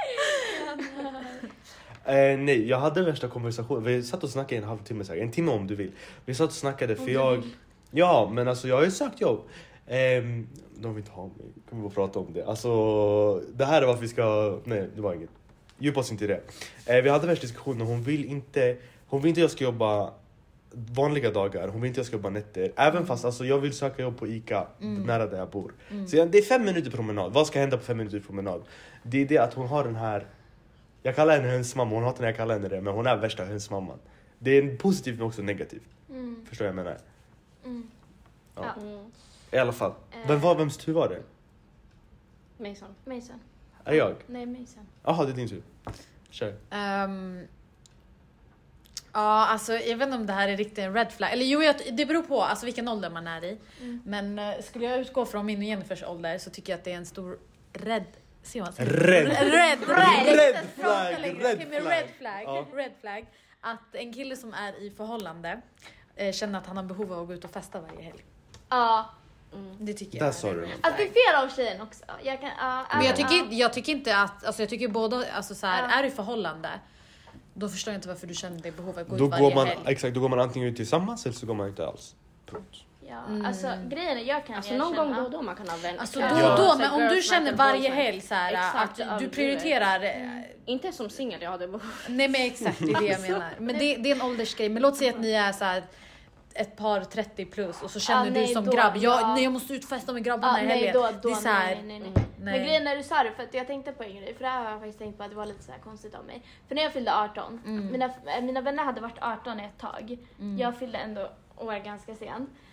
Eh, nej, jag hade värsta konversationen. Vi satt och snackade i en halvtimme, så här, en timme om du vill. Vi satt och snackade för jag... Ja, men alltså jag har ju sökt jobb. Ehm, de vill inte ha mig. Kan vi bara prata om det? Alltså, det här är varför vi ska... Nej, det var inget. Djupa oss inte i det. Eh, vi hade värsta diskussionen. Hon vill inte... Hon vill inte jag ska jobba vanliga dagar. Hon vill inte jag ska jobba nätter. Även fast alltså, jag vill söka jobb på ICA nära där jag bor. Så jag- det är fem minuter promenad. Vad ska hända på fem minuter promenad? Det är det att hon har den här... Jag kallar henne hönsmamma. Hon hatar när jag kallar henne det. Men hon är värsta hönsmamman. Det är positivt men också negativt. Mm. Förstår jag vad jag menar? Mm. Ja. Ja. Mm. I alla fall. Eh. Vem var, vems tur var det? Mason. Mason. Är det jag? Nej, Mason. Jaha, det är din tur. Kör. Ehm, ja, alltså jag vet inte om det här är riktigt en red flag. Eller jo, jag, det beror på alltså, vilken ålder man är i. Mm. Men eh, skulle jag utgå från min och Jennifers ålder så tycker jag att det är en stor red... Ser man så? Rädd. Red, red, Red Inte flag, fråga längre. red Okej, men flag. red flag. Ja. Red flag. Att en kille som är i förhållande eh, känner att han har behov av att gå ut och festa varje helg. Ja. Mm. Det tycker Där jag. sa är du red något. flag. Alltså det är fel av tjejen också. Jag kan, ja, Men jag ja. tycker, jag tycker inte att, alltså jag tycker båda, alltså så här, Ja. är du i förhållande, då förstår jag inte varför du känner dig behov av att gå Då ut varje går, man, helg. exakt, då går man antingen ut tillsammans eller så går man inte alls. Punkt. Ja, Mm. alltså grejen är, jag kan Alltså erkänna. någon gång då och då man kan ha vänner. Alltså Ja. då och Ja. då, men om du känner varje helg så här, Exakt, att du överdrivet. prioriterar, eh, Inte som singel, jag hade behov. nej men exakt det är det jag menar. Men det, det är en åldersgrej, men låt säga att ni är så här ett par trettio plus och så känner Ja, du nej, som då, grabb, jag, ja. nej, jag måste utfesta med grabbarna Ja, i nej, helgen. då, då, det är så här, nej, nej, nej. Mm. Men nej. grejen när du sa det, för att jag tänkte på en grej, för det här har jag faktiskt tänkt på att det var lite så här konstigt av mig. För när jag fyllde arton, Mm. mina, mina vänner hade varit arton ett tag. Mm. Jag fyllde ändå år ganska sent.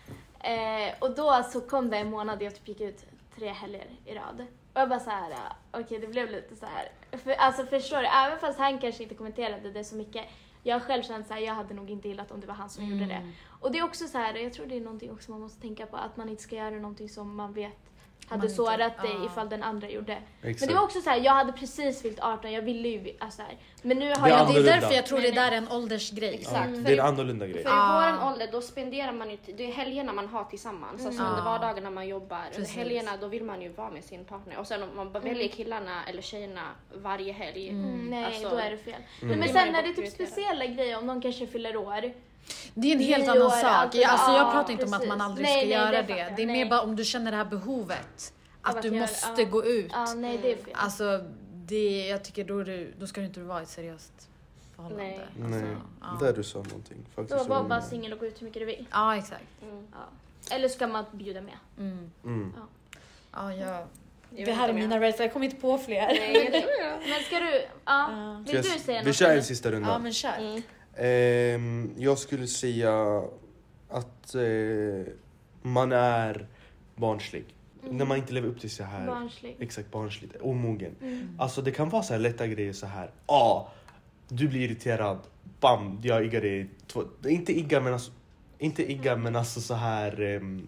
Eh, och då så kom det en månad jag typ gick ut tre helger i rad. Och jag bara så här, okej okay, det blev lite så här. För, alltså förstår du, även fast han kanske inte kommenterade det så mycket. Jag själv kände så här, jag hade nog inte gillat om det var han som mm. gjorde det. Och det är också så här, jag tror det är någonting också man måste tänka på. Att man inte ska göra någonting som man vet hade man sårat inte, dig ah. ifall den andra gjorde. Exakt. Men det var också så här, jag hade precis fyllt arton, jag ville ju alltså här. Men nu har det jag det är därför jag tror det där är en åldersgrej. Exakt. Mm. Det är en annorlunda grej. För i ah. våran ålder då spenderar man ju, det är helgerna man har tillsammans. Mm. Alltså under vardagarna man jobbar. Precis. Under helgerna då vill man ju vara med sin partner. Och sen om man mm. väljer killarna eller tjejerna varje helg. Mm. Nej, alltså, då är det fel. Mm. Men sen när det är typ speciella grejer, om någon kanske fyller år. Det är en helt annan sak. Alltså, alltså, jag pratar inte precis. om att man aldrig nej, ska nej, göra det. Det, det är nej. mer bara om du känner det här behovet. Att du måste ja. gå ut. Ja, nej, det är fel. Alltså, det, jag tycker då, du, då ska du inte vara i ett seriöst förhållande. Nej, alltså, nej. Ja. Där du sa någonting. Faktiskt då var bara singel och gå ut hur mycket du vill. Ja, exakt. Mm. Ja. Eller ska man bjuda med. Mm. Mm. Ja. Ja, jag... Jag det här är mina red flags, jag kommer inte på fler. Nej, jag tror jag. Men ska du, ja, uh. vill du säga något? Vi kör en sista runda. Ja, men kör. Mm. Eh, jag skulle säga att eh, man är barnslig. Mm. När man inte lever upp till så här. Barnslig. Exakt, barnsligt. Omogen. Mm. Alltså det kan vara så här lätta grejer så här. Ja, ah, du blir irriterad. Bam, jag iggar dig. Två, inte igga men alltså, inte igga men alltså så här. Um,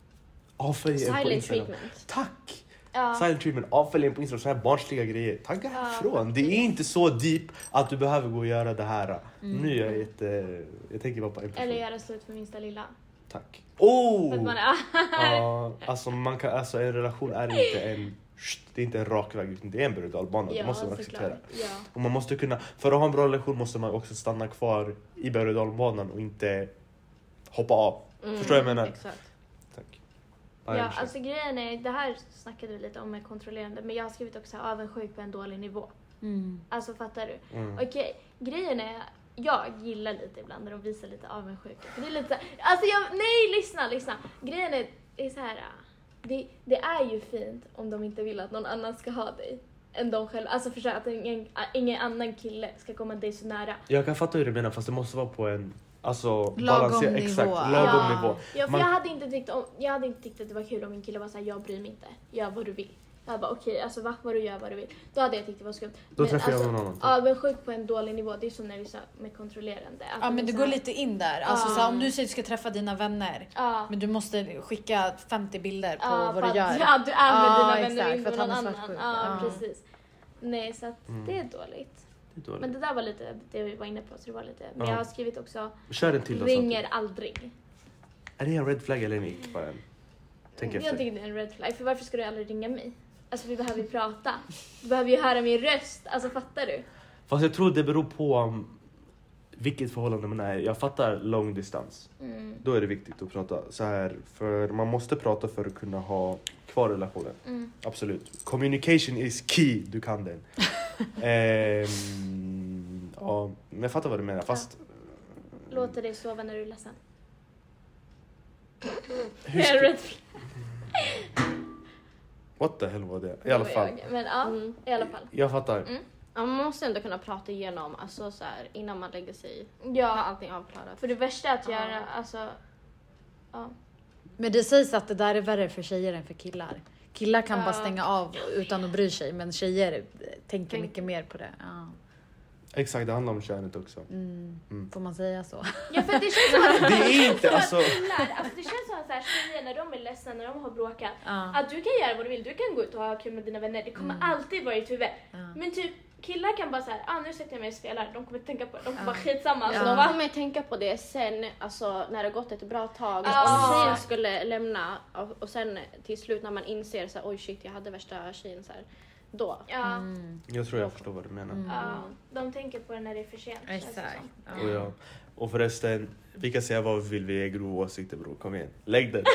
avfölj en på Instagram. Treatment. Tack! Ja. Silent treatment, avfölj en på Instagram. Så här barnsliga grejer. Tagga ja. härifrån. Det är inte så deep att du behöver gå och göra det här. Mm. Nu är jag jätte... Jag tänker bara på en person. Eller göra slut med minsta lilla. Tack. Oh! För att man är... Ja, alltså, man kan, alltså en relation är inte en... Det är inte en rak väg, utan det är en berg och dalbana. Ja, det måste man acceptera. Ja. Och man måste kunna... För att ha en bra relation måste man också stanna kvar i berg och dalbanan och inte hoppa av. Mm, Förstår jag vad jag menar? Exakt. Tack. Ja, alltså grejen är, det här snackade vi lite om med kontrollerande, men jag har skrivit också avundsjuk på en dålig nivå. Mm. Alltså fattar du? Mm. Okej, okay, grejen är, jag gillar lite ibland när de visar lite avundsjuka. För det är lite, alltså jag, nej lyssna, lyssna. Grejen är, är så här, det, det är ju fint om de inte vill att någon annan ska ha dig än de själva. Alltså förstå att ingen, ingen annan kille ska komma dig så nära. Jag kan fatta hur du menar, fast det måste vara på en... Alltså, lagom nivå. Exakt, lagom ja. nivå. Ja, för Man... jag hade inte tyckt om, jag hade inte tyckt att det var kul om min kille var så här, jag bryr mig inte. Gör vad du vill. Jag bara okej, okay, alltså va, vad du gör vad du vill. Då hade jag tyckt det var skumt. Då men, träffar alltså, jag någon annan. avundsjuk på en dålig nivå, det är som när vi sa med kontrollerande. Ja, men du går lite in där. Alltså, ja. så här, om du säger att du ska träffa dina vänner, ja. men du måste skicka femtio bilder på ja, vad du gör. Ja, du är med ja, dina vänner exakt, och inte någon annan. Ja, Ja, ja, precis. Nej, så att Mm. det är dåligt. Det är dåligt. Men det där var lite det vi var inne på, så det var lite. Men Ja. jag har skrivit också, Kör en till då, ringer så. aldrig. Är det en red flag eller inte bara en? Tänk Jag efter. tycker det är en red flag, för varför ska du aldrig ringa mig? Alltså vi behöver ju prata. Du behöver ju höra min röst, alltså fattar du? Fast jag tror det beror på um, vilket förhållande man är. Jag fattar lång distans. Mm. Då är det viktigt att prata så här. För man måste prata för att kunna ha kvar relationen. Mm. Absolut. Communication is key. Du kan den. ehm, ja, men jag fattar vad du menar. Fast... Låter dig sova när du är ledsen. Hur Det är en ska... red flag. What the hell var det? I alla fall. Jag. Men ja, Mm. i alla fall. Jag fattar. Mm. Ja, man måste ändå kunna prata igenom alltså, så här, innan man lägger sig i. Ha Ja, allting avklarat. för det värsta att Ja. göra, alltså... Ja. Men det sägs att det där är värre för tjejer än för killar. Killar kan Ja. bara stänga av utan att bry sig, men tjejer tänker Tänk. mycket mer på det. Ja. Exakt, det handlar om könet också. Mm. Mm. Får man säga så? Ja, för det känns som att... Det är inte, alltså... Killar, alltså det känns som att så här, tjejer när de är ledsna, när de har bråkat, Ja. att du kan göra vad du vill, du kan gå ut och ha kul med dina vänner, det kommer Mm. alltid vara i ditt huvud. Ja. Men typ killar kan bara så här, ah, nu sätter jag mig och spelar, de kommer tänka på det, de kommer Ja. bara skitsamma. Ja. Så De de kommer ju tänka på det sen, alltså, när det har gått ett bra tag. Ja. Om tjejen skulle lämna och, och sen till slut när man inser så här, oj shit, jag hade värsta tjejen så här, då. ja, Mm. Jag tror jag förstår vad du menar. Mm. ja, de tänker på det när det är för sent. känns det Exakt. som. Ja. Och, ja. och förresten, vi kan säga vad vi vill, vi är grova åsikter bror, kom igen. Lägg den!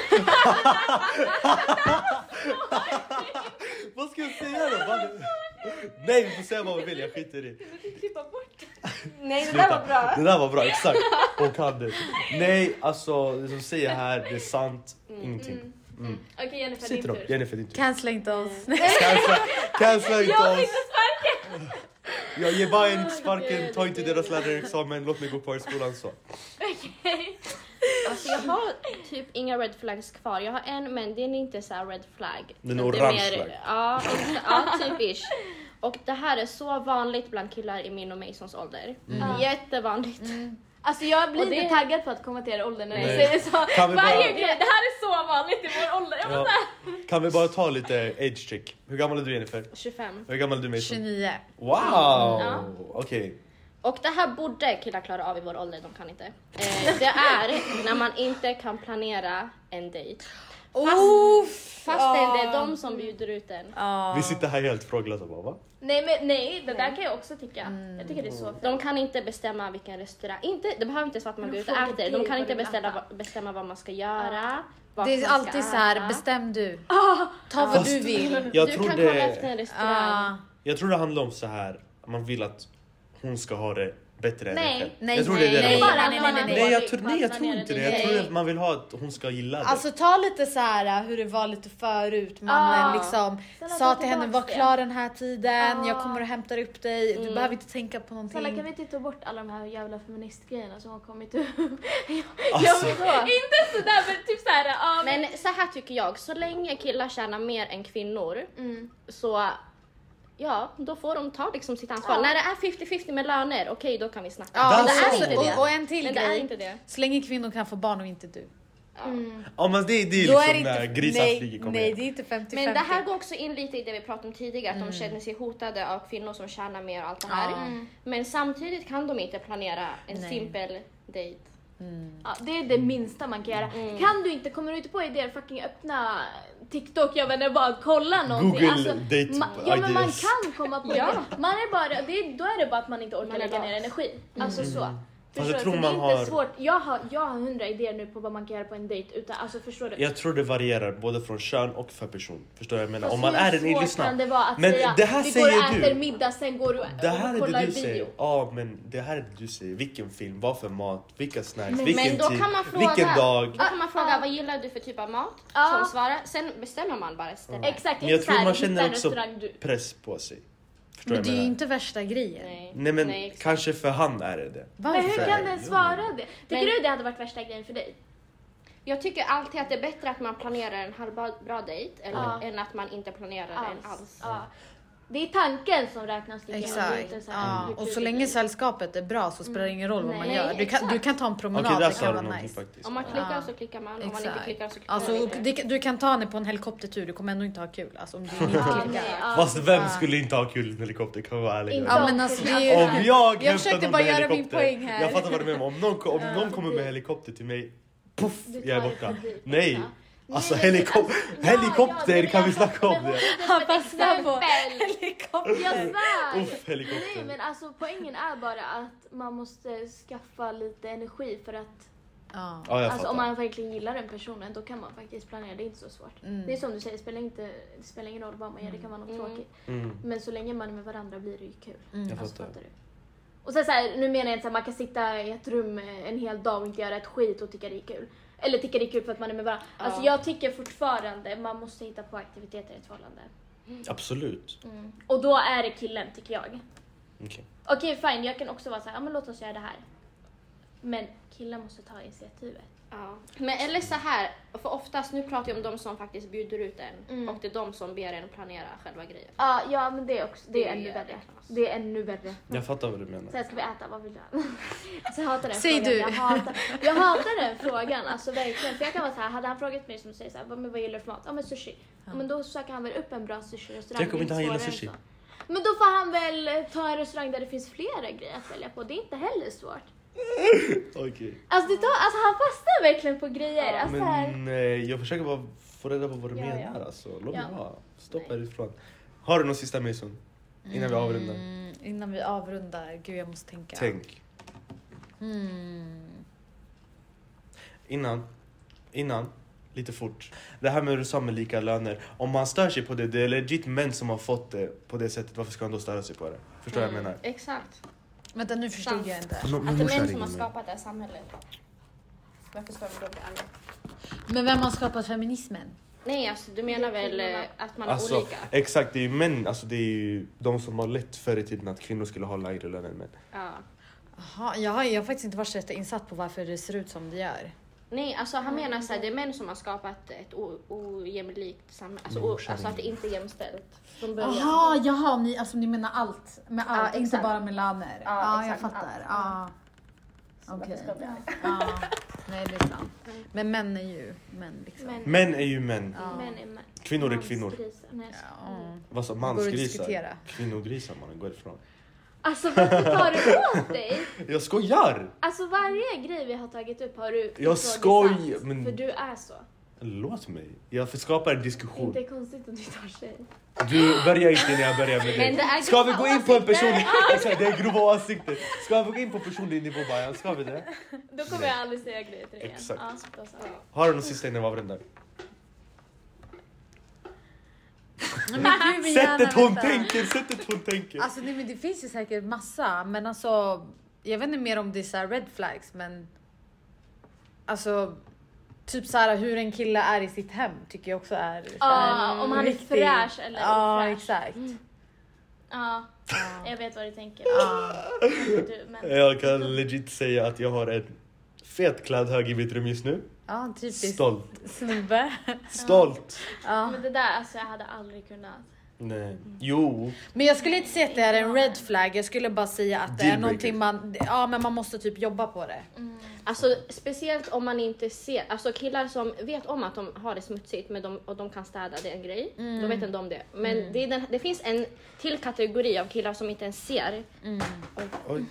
Vad ska jag säga då? Vad- Nej, vi får säga vad vi vill, jag skiter i det. Du kan klippa bort. Nej, Sluta. Det där var bra, exakt. Hon kan det. Nej, alltså det som säger här, det är sant, ingenting. Mm. Mm. Okej, Jennifer, Sitter din de? tur. Jennifer, din tur. Cancella inte oss. Cancella, cancella inte Jag fick oss. sparken! Jag ger bara inte sparken, ta inte deras lärarexamen, låt mig gå kvar i skolan så. Okej. Alltså jag har typ inga red flags kvar. Jag har en, men den är inte så här red flag. Den är Det orange mer- flagg. Ja, exa- ja, typisch. Och det här är så vanligt bland killar i min och Masons ålder. Mm. Jättevanligt. Alltså jag blir Och det- inte taggad på att komma till er ålder när ni Nej. säger så. Kan vi Varje bara- grej, det här är så vanligt i vår ålder. Jag Ja. ja. Kan vi bara ta lite age check? Hur gammal är du Jennifer? tjugofem. Hur gammal är du Mason? tjugonio. Wow! Ja. Okej. Och det här borde killar klara av i vår ålder, de kan inte. Eh, det är när man inte kan planera en dejt. Uff, Fastän det är de som bjuder ut en. Ja. Vi sitter här helt fråglösa bara, va? Nej men nej, det där Nej. kan jag också tycka. Jag tycker det är så fint. De kan inte bestämma vilken restaurang, inte, det behöver inte vara att man Men går ut de och får inte äter. De pay kan på inte det bestämma, mesta. bestämma vad man ska göra. vart Det är man ska alltid så här, äta. bestäm du. Ah, Ta vad Fast- du vill. Jag du tror kan det- kolla efter en restaurang. Ja. Jag tror det handlar om så här. Man vill att hon ska ha det bättre än Nej. en själv. Nej, jag tror nej, det är det nej, det handlar om. bara nej, när nej, man nej, Nej, är jag, dålig tror, på nej, att jag tror planera inte det. det. Jag tror Nej. att man vill ha att hon ska gilla det. Alltså ta lite så här hur det var lite förut. Man Ah. liksom Snälla, sa ta till henne, tillbaks var det. klar den här tiden, Ah. jag kommer och hämtar upp dig, du Mm. behöver inte tänka på Snälla kan någonting. vi inte ta bort alla de här jävla feministgrejerna som har kommit upp? Alltså. Jag, inte sådär men typ såhär, ja men... Men så här tycker jag, så länge killar tjänar mer än kvinnor Mm. så ja, då får de ta liksom sitt ansvar. Ja. När det är femtio femtio med löner, okej då kan vi snacka. Ja, Men det Alltså, är inte det. och, och en till Men det är grej, inte det. så länge kvinnor kan få barn och inte du. Ja. Mm. Ja men det, det är Då liksom är det när inte, grisar nej, flyger kommer nej, igen. det är inte femtio Men det femtio. här går också in lite i det vi pratade om tidigare, att de känner sig hotade av kvinnor som tjänar mer och allt det här. Ja. Mm. Men samtidigt kan de inte planera en Nej. simpel dejt. Mm. Ja, det är det minsta man kan göra. Mm. Kan du inte, kommer du inte på idéer, fucking öppna TikTok, jag vet inte, bara kolla någonting. Google date ma- Ja men man ideas. kan komma på Ja. idéer. Man är bara, det är, då är det bara att man inte orkar Man är lägga lat. ner energi. Alltså så. Fast Förstår jag du? tror För det är man inte har- svårt. Jag har, jag har hundra idéer nu på vad man kan göra på en dejt. Utan, alltså förstår du? Jag tror det varierar både från kön och för person. Förstår du vad jag menar? Fast Om man hur är en svårt kan lyssna. det vara att Men säga det här vi går och säger äter du. middag, sen går du Det här och är kollar det du video. säger. Ja men det här är det du säger. Vilken film, vad för mat, vilka snacks, Men- vilken Men då tid, kan man fråga, vilken dag. Då kan man fråga Ja. vad gillar du för typ av mat? Ja. Som svarar. Sen bestämmer man bara istället. Exakt, Men jag inte tror såhär, man hitta känner en också restaurang du. press på sig. Förstår Men jag det är ju menar? inte värsta grejen. Nej. Nej men Nej, exakt. kanske för han är det det. Men hur Varför? kan den svara det? Tycker Men- du det hade varit värsta grejen för dig? Jag tycker alltid att det är bättre att man planerar en halvbra bra dejt eller, Ja. än att man inte planerar den alls. Ja. Det är tanken som räknas tycker jag. Exakt. Inte så här, Ja. hur Och kul så det länge blir. sällskapet är bra så spelar det ingen roll vad man Nej, gör. Du kan, exakt. du kan ta en promenad, Okej där det sa kan du vara någonting nice. faktiskt. Om man klickar Ja. så klickar man, om man inte Exakt. klickar så klickar Alltså, man och inte. det, du kan ta henne på en helikoptertur, du kommer ändå inte ha kul. Alltså, om du inte Ja, klickar. nej, ja. Fast vem Ja. skulle inte ha kul i en helikopter, kan vi vara ärliga. Inte Ja, men alltså, det är ju- Om jag, Jag försökte hämtar någon bara med göra min helikopter, poäng här. Jag fattar vad du menar. Om någon, om Ja, någon kommer med precis. helikopter till mig, puff, Du tar jag är det borta. förbi, Nej, ja. alltså Nej, men helikop- alltså, ja, helikopter ja, men kan vi jag snacka fattar, om men det. hon Han sätter som ett fastnar på exempel. helikopter. Jag svär! Uff, helikopter. Nej men alltså poängen är bara att man måste skaffa lite energi för att Ja. Ja, jag alltså, fattar. om man verkligen gillar den personen då kan man faktiskt planera, det är inte så svårt. Mm. Det är som du säger, det spelar, inte, det spelar ingen roll vad man gör, det kan vara något Mm. tråkigt. Mm. Men så länge man är med varandra blir det ju kul. Mm. Jag Alltså, fattar. fattar du? Och sen så här, nu menar jag inte att man kan sitta i ett rum en hel dag och inte göra ett skit och tycka det är kul. Eller tycka det är kul för att man är med varandra. Ja. Alltså jag tycker fortfarande man måste hitta på aktiviteter i ett förhållande. Absolut. Mm. Och då är det killen tycker jag. Okej. Okej fine, jag kan också vara så här, ja men låt oss göra det här. Men killen måste ta initiativet. Ja. Men eller så här, för oftast nu pratar jag om de som faktiskt bjuder ut en Mm. och det är de som ber en planera själva grejen. Ja, ja men det är också, det är Det är ännu jävligt värre. alltså. Det är ännu värre. Jag fattar vad du menar. Så här, ska vi äta, vad vill du ha? Så jag hatar den Säg frågan. du. Jag hatar, jag hatar den frågan, alltså verkligen. För jag kan vara så här, hade han frågat mig som säger så här, vad, men vad gillar du för mat? Ja men sushi. Ja. Men då söker han väl upp en bra sushi-restaurang. Tänk om Det är inte han gillar svårare än sushi. så. Men då får han väl ta en restaurang där det finns flera grejer att välja på. Det är inte heller svårt. Okej. Alltså, det tar, alltså han fastnar verkligen på grejer. Ja, Alltså, så här, Men eh, jag försöker bara få reda på vad du Ja, menar ja. alltså. Låt mig Ja. vara. Stopp härifrån. Har du någon sista Mason? Innan vi avrundar. Mm, innan vi avrundar, gud jag måste tänka. Tänk. Mm. Innan. Innan. Lite fort. Det här med hur du sa med lika löner. Om man stör sig på det, det är legit män som har fått det på det sättet. Varför ska han då störa sig på det? Förstår du vad jag menar? Exakt. Vänta nu förstod Sant. jag inte. Nå- Att min det är morsa män ringer som har mig. skapat det här samhället. Varför ska de då bli alla? Men vem har skapat feminismen? Nej, alltså du menar väl eh, att man har Alltså, olika? exakt, det är ju män, alltså det är ju de som har lätt förr i tiden att kvinnor skulle ha lägre lön än män. Ja. Jaha, jag har, jag har faktiskt inte varit så insatt på varför det ser ut som det gör. Nej, alltså han menar så här, det är män som har skapat ett o- ojämlikt samhälle. Alltså, o- alltså att det inte är jämställt från början. Jaha, jaha, ni, alltså ni menar allt med allt, Ja, inte exakt. bara med löner. Ja, Ja, jag exakt, fattar. allt. Ja. Så att Okej. det ska bli arg. Ja. Nej, det är sant. Men män är ju män liksom. Men, Män är ju män. Ja. män är män. Kvinnor är kvinnor. Mansgrisar. Nej, jag skojar. Ja. Vad sa Går att mansgrisar? diskutera. Kvinnogrisar mannen, gå ifrån. Alltså varför tar du åt dig? Jag skojar! Alltså varje grej vi har tagit upp har du Jag ifrågasatt, skoj, men- För du är så. Låt mig. Jag får skapa en diskussion. Inte konstigt att du tar tjej. Du börjar inte när jag börjar med Men det är dig. Ska vi grova gå in på en åsikter. personlig... Exakt, det är grova åsikter. Ska vi gå in på personlig nivå Bajan? Ska vi det? Då kommer jag aldrig säga grejer till dig igen. Exakt. Ja, då så. Har du någon sista innan vi avrundar? Men gud, vi gärna Sättet hon veta. tänker, sättet hon tänker. Alltså nej, men det finns ju säkert massa, men alltså jag vet inte mer om det är så här red flags, men alltså typ så här hur en kille är i sitt hem tycker jag också är så här, Ja, om han är riktigt- fräsch eller Ja, ofräsch. exakt. Ja, jag vet vad du tänker. Ja. Du, men... Jag kan legit säga att jag har en fet kladdhög i mitt rum just nu. Ja, en typisk Stolt. snubbe. Stolt. Ja. Men det där, alltså jag hade aldrig kunnat. Nej. Jo. Men jag skulle inte säga att det är en red flag, jag skulle bara säga att det är Dealbreaker. någonting man, ja men man måste typ jobba på det. Alltså speciellt om man inte ser, alltså killar som vet om att de har det smutsigt men de, och de kan städa, det är en grej. Då vet inte de det. Men det, är den, det finns en till kategori av killar som inte ens ser. Oj.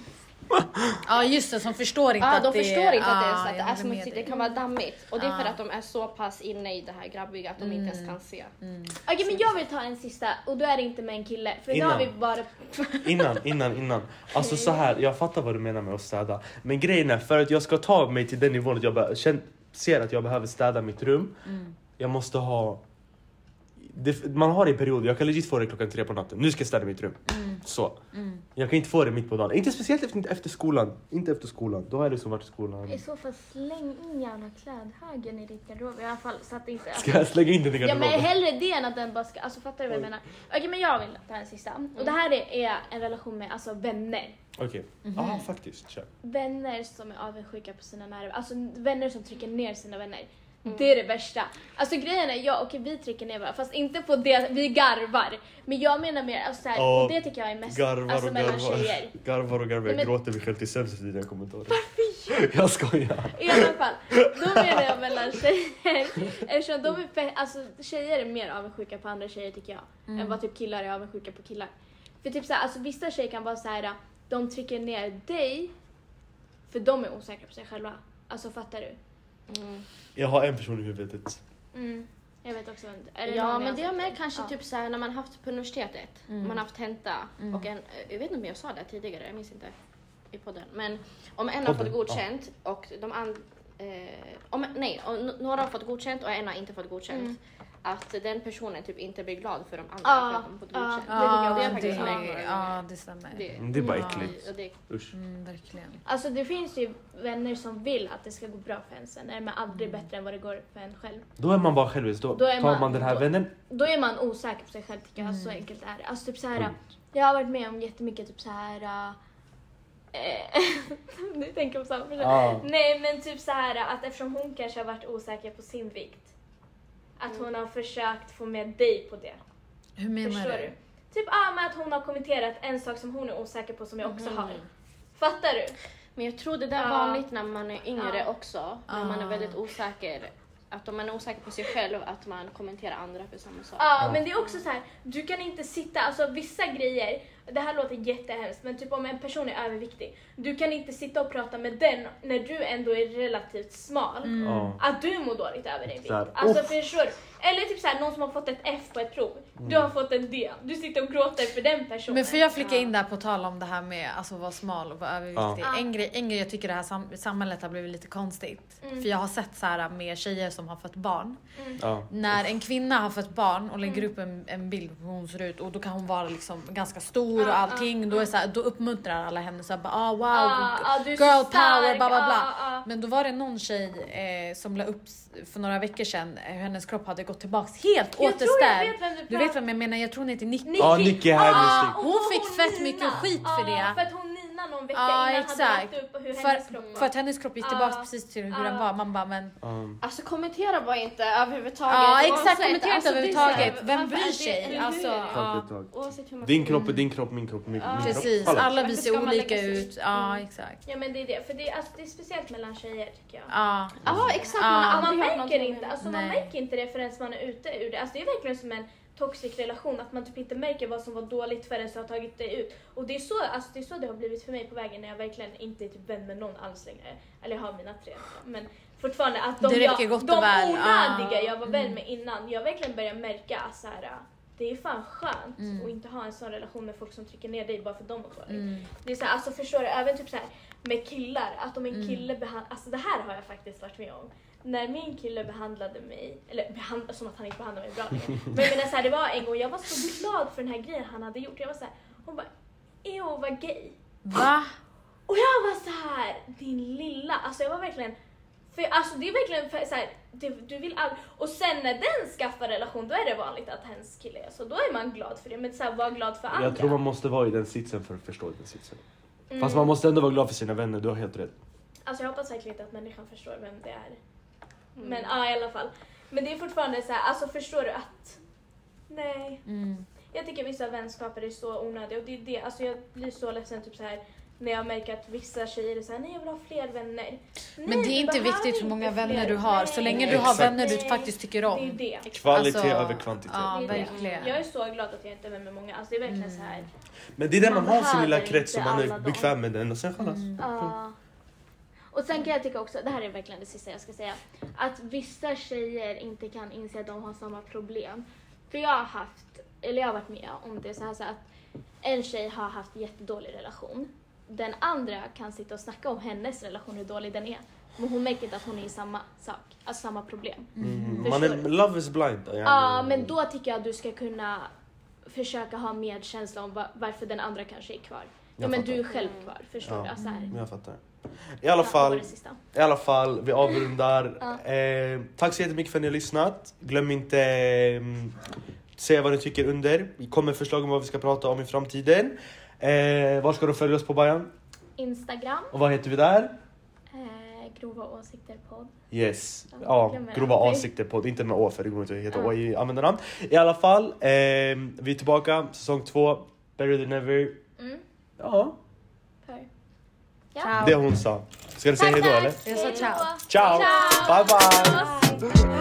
Ja just det, som förstår inte Ja, att de det förstår inte att det, är, ja, så att det jag är håller med smutsigt, dig. det kan vara dammigt. Och det är för Ja. att de är så pass inne i det här grabbiga att de inte ens kan se. Okej, men jag vill ta en sista och då är det inte med en kille. För idag har vi Innan. bara... Innan, innan, innan. Alltså så här, jag fattar vad du menar med att städa. Men grejen är, för att jag ska ta mig till den nivån att jag be- känn, ser att jag behöver städa mitt rum. Jag måste ha... Det, man har det i perioder, jag kan legit få det klockan tre på natten. Nu ska jag städa mitt rum. Så. Jag kan inte få det mitt på dagen. Inte speciellt efter, efter skolan. Inte efter skolan. Då är det som varit i skolan. I så fall släng in gärna klädhögen i ditt garderob i alla fall. Så att det inte... Ska jag slänga in den i Ja men garderoben? hellre det än att den bara ska... Alltså fattar du vad jag menar? Okej men jag vill ta en sista. Och det här är, är en relation med alltså vänner. Okej. Ja, faktiskt. Kör. Vänner som är avundsjuka på sina nerver. Alltså vänner som trycker ner sina vänner. Det är det värsta. Alltså grejen är, ja okej vi trycker ner varandra, fast inte på det, vi garvar. Men jag menar mer, alltså, så här, Ja, och det tycker jag är mest Garvar alltså, och mellan garvar. tjejer. Garvar och garvar. Jag Men- gråter mig själv till sömns i dina kommentarer. Jag skojar. I alla fall, då menar jag mellan tjejer. Eftersom de är, fe- alltså, tjejer är mer avundsjuka på andra tjejer tycker jag. Än vad typ killar är avundsjuka på killar. För typ så här, alltså, vissa tjejer kan vara så här, de trycker ner dig för de är osäkra på sig själva. Alltså fattar du? Mm. Jag har en person i huvudet. Mm. Jag vet också vem det är. Det Ja någon men det är jag med sett? kanske Ja. typ så här när man haft på universitetet, man har haft tenta och en, jag vet inte om jag sa det tidigare, jag minns inte i podden, men om en har Podden, fått godkänt och de andra, eh, om, nej, och n- några har fått godkänt och en har inte fått godkänt, Mm. att den personen typ inte blir glad för de andra Ja, för att de fått ja. godkänt. Det tycker jag Ja, det är det, faktiskt med. ja, det stämmer. Det, Det är bara Ja. äckligt. och det, Usch. Mm, verkligen. Alltså det finns ju vänner som vill att det ska gå bra för en sen. Är man aldrig bättre än vad det går för en själv. Då är man bara självisk. Då, Då är tar man- man den här då- vännen. Då är man osäker på sig själv tycker jag. Så enkelt är det. Alltså typ så här. Jag har varit med om jättemycket typ så här. Eh, nu tänker jag på samma person. Ja. Nej men typ så här att eftersom hon kanske har varit osäker på sin vikt. Att hon har försökt få med dig på det. Hur menar Förstår du? du? Typ ah, med att hon har kommenterat en sak som hon är osäker på som jag också har. Fattar du? men jag tror det där är Ja. vanligt när man är yngre Ja. också, när man är Ah. väldigt osäker. Att om man är osäker på sig själv, att man kommenterar andra för samma sak. Ja, men det är också så här, du kan inte sitta, alltså vissa grejer, det här låter jättehemskt, men typ om en person är överviktig, du kan inte sitta och prata med den när du ändå är relativt smal, Ja. att du mår dåligt över din vikt. Så här, Alltså uff. förstår du? Eller typ så här, någon som har fått ett F på ett prov, du har fått en D, du sitter och gråter för den personen. Men får jag flika in där på tal om det här med alltså, vara smal och vara överviktig. Ja. En, grej, en grej jag tycker det här sam- samhället har blivit lite konstigt. Mm. För jag har sett så här med tjejer som har fått barn. Ja. När en kvinna har fått barn och lägger Mm. upp en, en bild på hur hon ser ut och då kan hon vara liksom ganska stor Ja, och allting. ja, Då, är så här, då uppmuntrar alla henne så här, bara, ah, wow, Ah, ah, du är så girl stark, power, bla bla bla. ah, ah. Men då var det någon tjej eh, som la upp s- för några veckor sedan eh, hur hennes kropp hade gått tillbaks helt Jag tror jag återställd. vet vem du Du pratar vet vem jag menar, jag tror hon heter Nicky. Ja, Nicky här Ah, mystik. och Hon fick fett mycket Nina. skit för det. Ah, för att hon Nina innan någon vecka Ja, innan exakt. hade lagt upp hur För, hennes kropp var. för att hennes kropp gick tillbaka Ja. precis till hur Ja. den var. Man bara, men... Um, Alltså kommentera bara inte överhuvudtaget. Ja, exakt. Oavsett, Kommentera inte alltså, det är så här, överhuvudtaget. Vem varför är bryr det- sig? eller hur? Alltså, ja. tack ett tag. Oavsett hur man Din kropp är din kropp, min kropp, min, Ja. min Precis, kropp. alla vi Varför ser ska man olika lägga sig? ut. Ja, exakt. Ja men det är det, för det är, alltså, det är speciellt mellan tjejer tycker jag. Ja. Ja, exakt. Ja. Man, har Man aldrig hört märker någonting inte, om- alltså man Nej. märker inte det förrän man är ute ur det. Alltså det är verkligen som en toxic relation, att man typ inte märker vad som var dåligt förrän du har tagit det ut. Och det är, så, alltså det är så det har blivit för mig på vägen när jag verkligen inte är typ vän med någon alls längre. Eller jag har mina tre, men fortfarande att de, Det räcker jag, gott och de väl. onödiga Ah. jag var vän med innan, jag verkligen börjar märka så här. Det är fan skönt Mm. att inte ha en sån relation med folk som trycker ner dig bara för de mår dåligt. Mm. Det är så här, alltså förstår du, även typ så här med killar, att om en Mm. kille behandlar, alltså det här har jag faktiskt varit med om. När min kille behandlade mig, eller behandlade som att han inte behandlade mig bra längre. Men jag menar så här, det var en gång, jag var så glad för den här grejen han hade gjort. Jag var så här, hon bara, ew vad gay. Va? Och jag var så här, din lilla, alltså jag var verkligen, för alltså det är verkligen för, så här, det, du vill all... Och sen när den skaffar relation, då är det vanligt att hennes kille är så, då är man glad för det, men så här, var glad för andra. Jag tror man måste vara i den sitsen för att förstå den sitsen. Mm. Fast man måste ändå vara glad för sina vänner, du har helt rätt. Alltså jag hoppas verkligen inte att människan förstår vem det är. Mm. Men ja, i alla fall. Men det är fortfarande så här, alltså förstår du att... Nej. Mm. Jag tycker vissa vänskaper är så onödiga och det är det, alltså jag blir så ledsen typ så här när jag märker att vissa tjejer är så här, nej jag vill ha fler vänner. Men Nej, det är du inte behöver viktigt hur många inte vänner fler. du har. Så Nej. länge du har Exakt. vänner du Nej. faktiskt tycker Det är om. det. Kvalitet Alltså, över kvantitet. Ja, Det är det. verkligen. Jag är så glad att jag inte är vän med många. Alltså det är verkligen Mm. så här. Men det är där man, Man har sin lilla behöver krets inte och man alla är dem. bekväm med den och sen chalas. Mm. Ja. Och sen kan jag tycka också, det här är verkligen det sista jag ska säga, att vissa tjejer inte kan inse att de har samma problem. För jag har haft, eller jag har varit med om det så här så att en tjej har haft jättedålig relation. Den andra kan sitta och snacka om hennes relation, hur dålig den är. Men hon märker inte att hon är i samma sak, alltså samma problem. Mm. Förstår Man är, du? love is blind. Ja, Ja, men då tycker jag att du ska kunna försöka ha medkänsla om va- varför den andra kanske är kvar. Ja, Jag men fattar. du är själv kvar, förstår Ja. du? Alltså här. Jag fattar. I alla Ja, det var fall, det sista. i alla fall vi avrundar. Ja. eh, tack så jättemycket för att ni har lyssnat. Glöm inte eh, säga vad ni tycker under. Vi kommer förslag om vad vi ska prata om i framtiden. Eh, var ska de följa oss på Bajan? Instagram, Och vad heter vi där? eh, grova åsikter podd. Yes, Ja, ja, glömmer grova aldrig. åsikter på, inte med å för det går inte att heta Ja. å i användarnamn. I alla fall, eh, vi är tillbaka, säsong två, better than ever. Mm. Ja, För. Ciao. det hon sa. Ska du säga Tack, hejdå tack. eller? Jag sa ciao. Ciao! Ciao. Bye bye! Bye.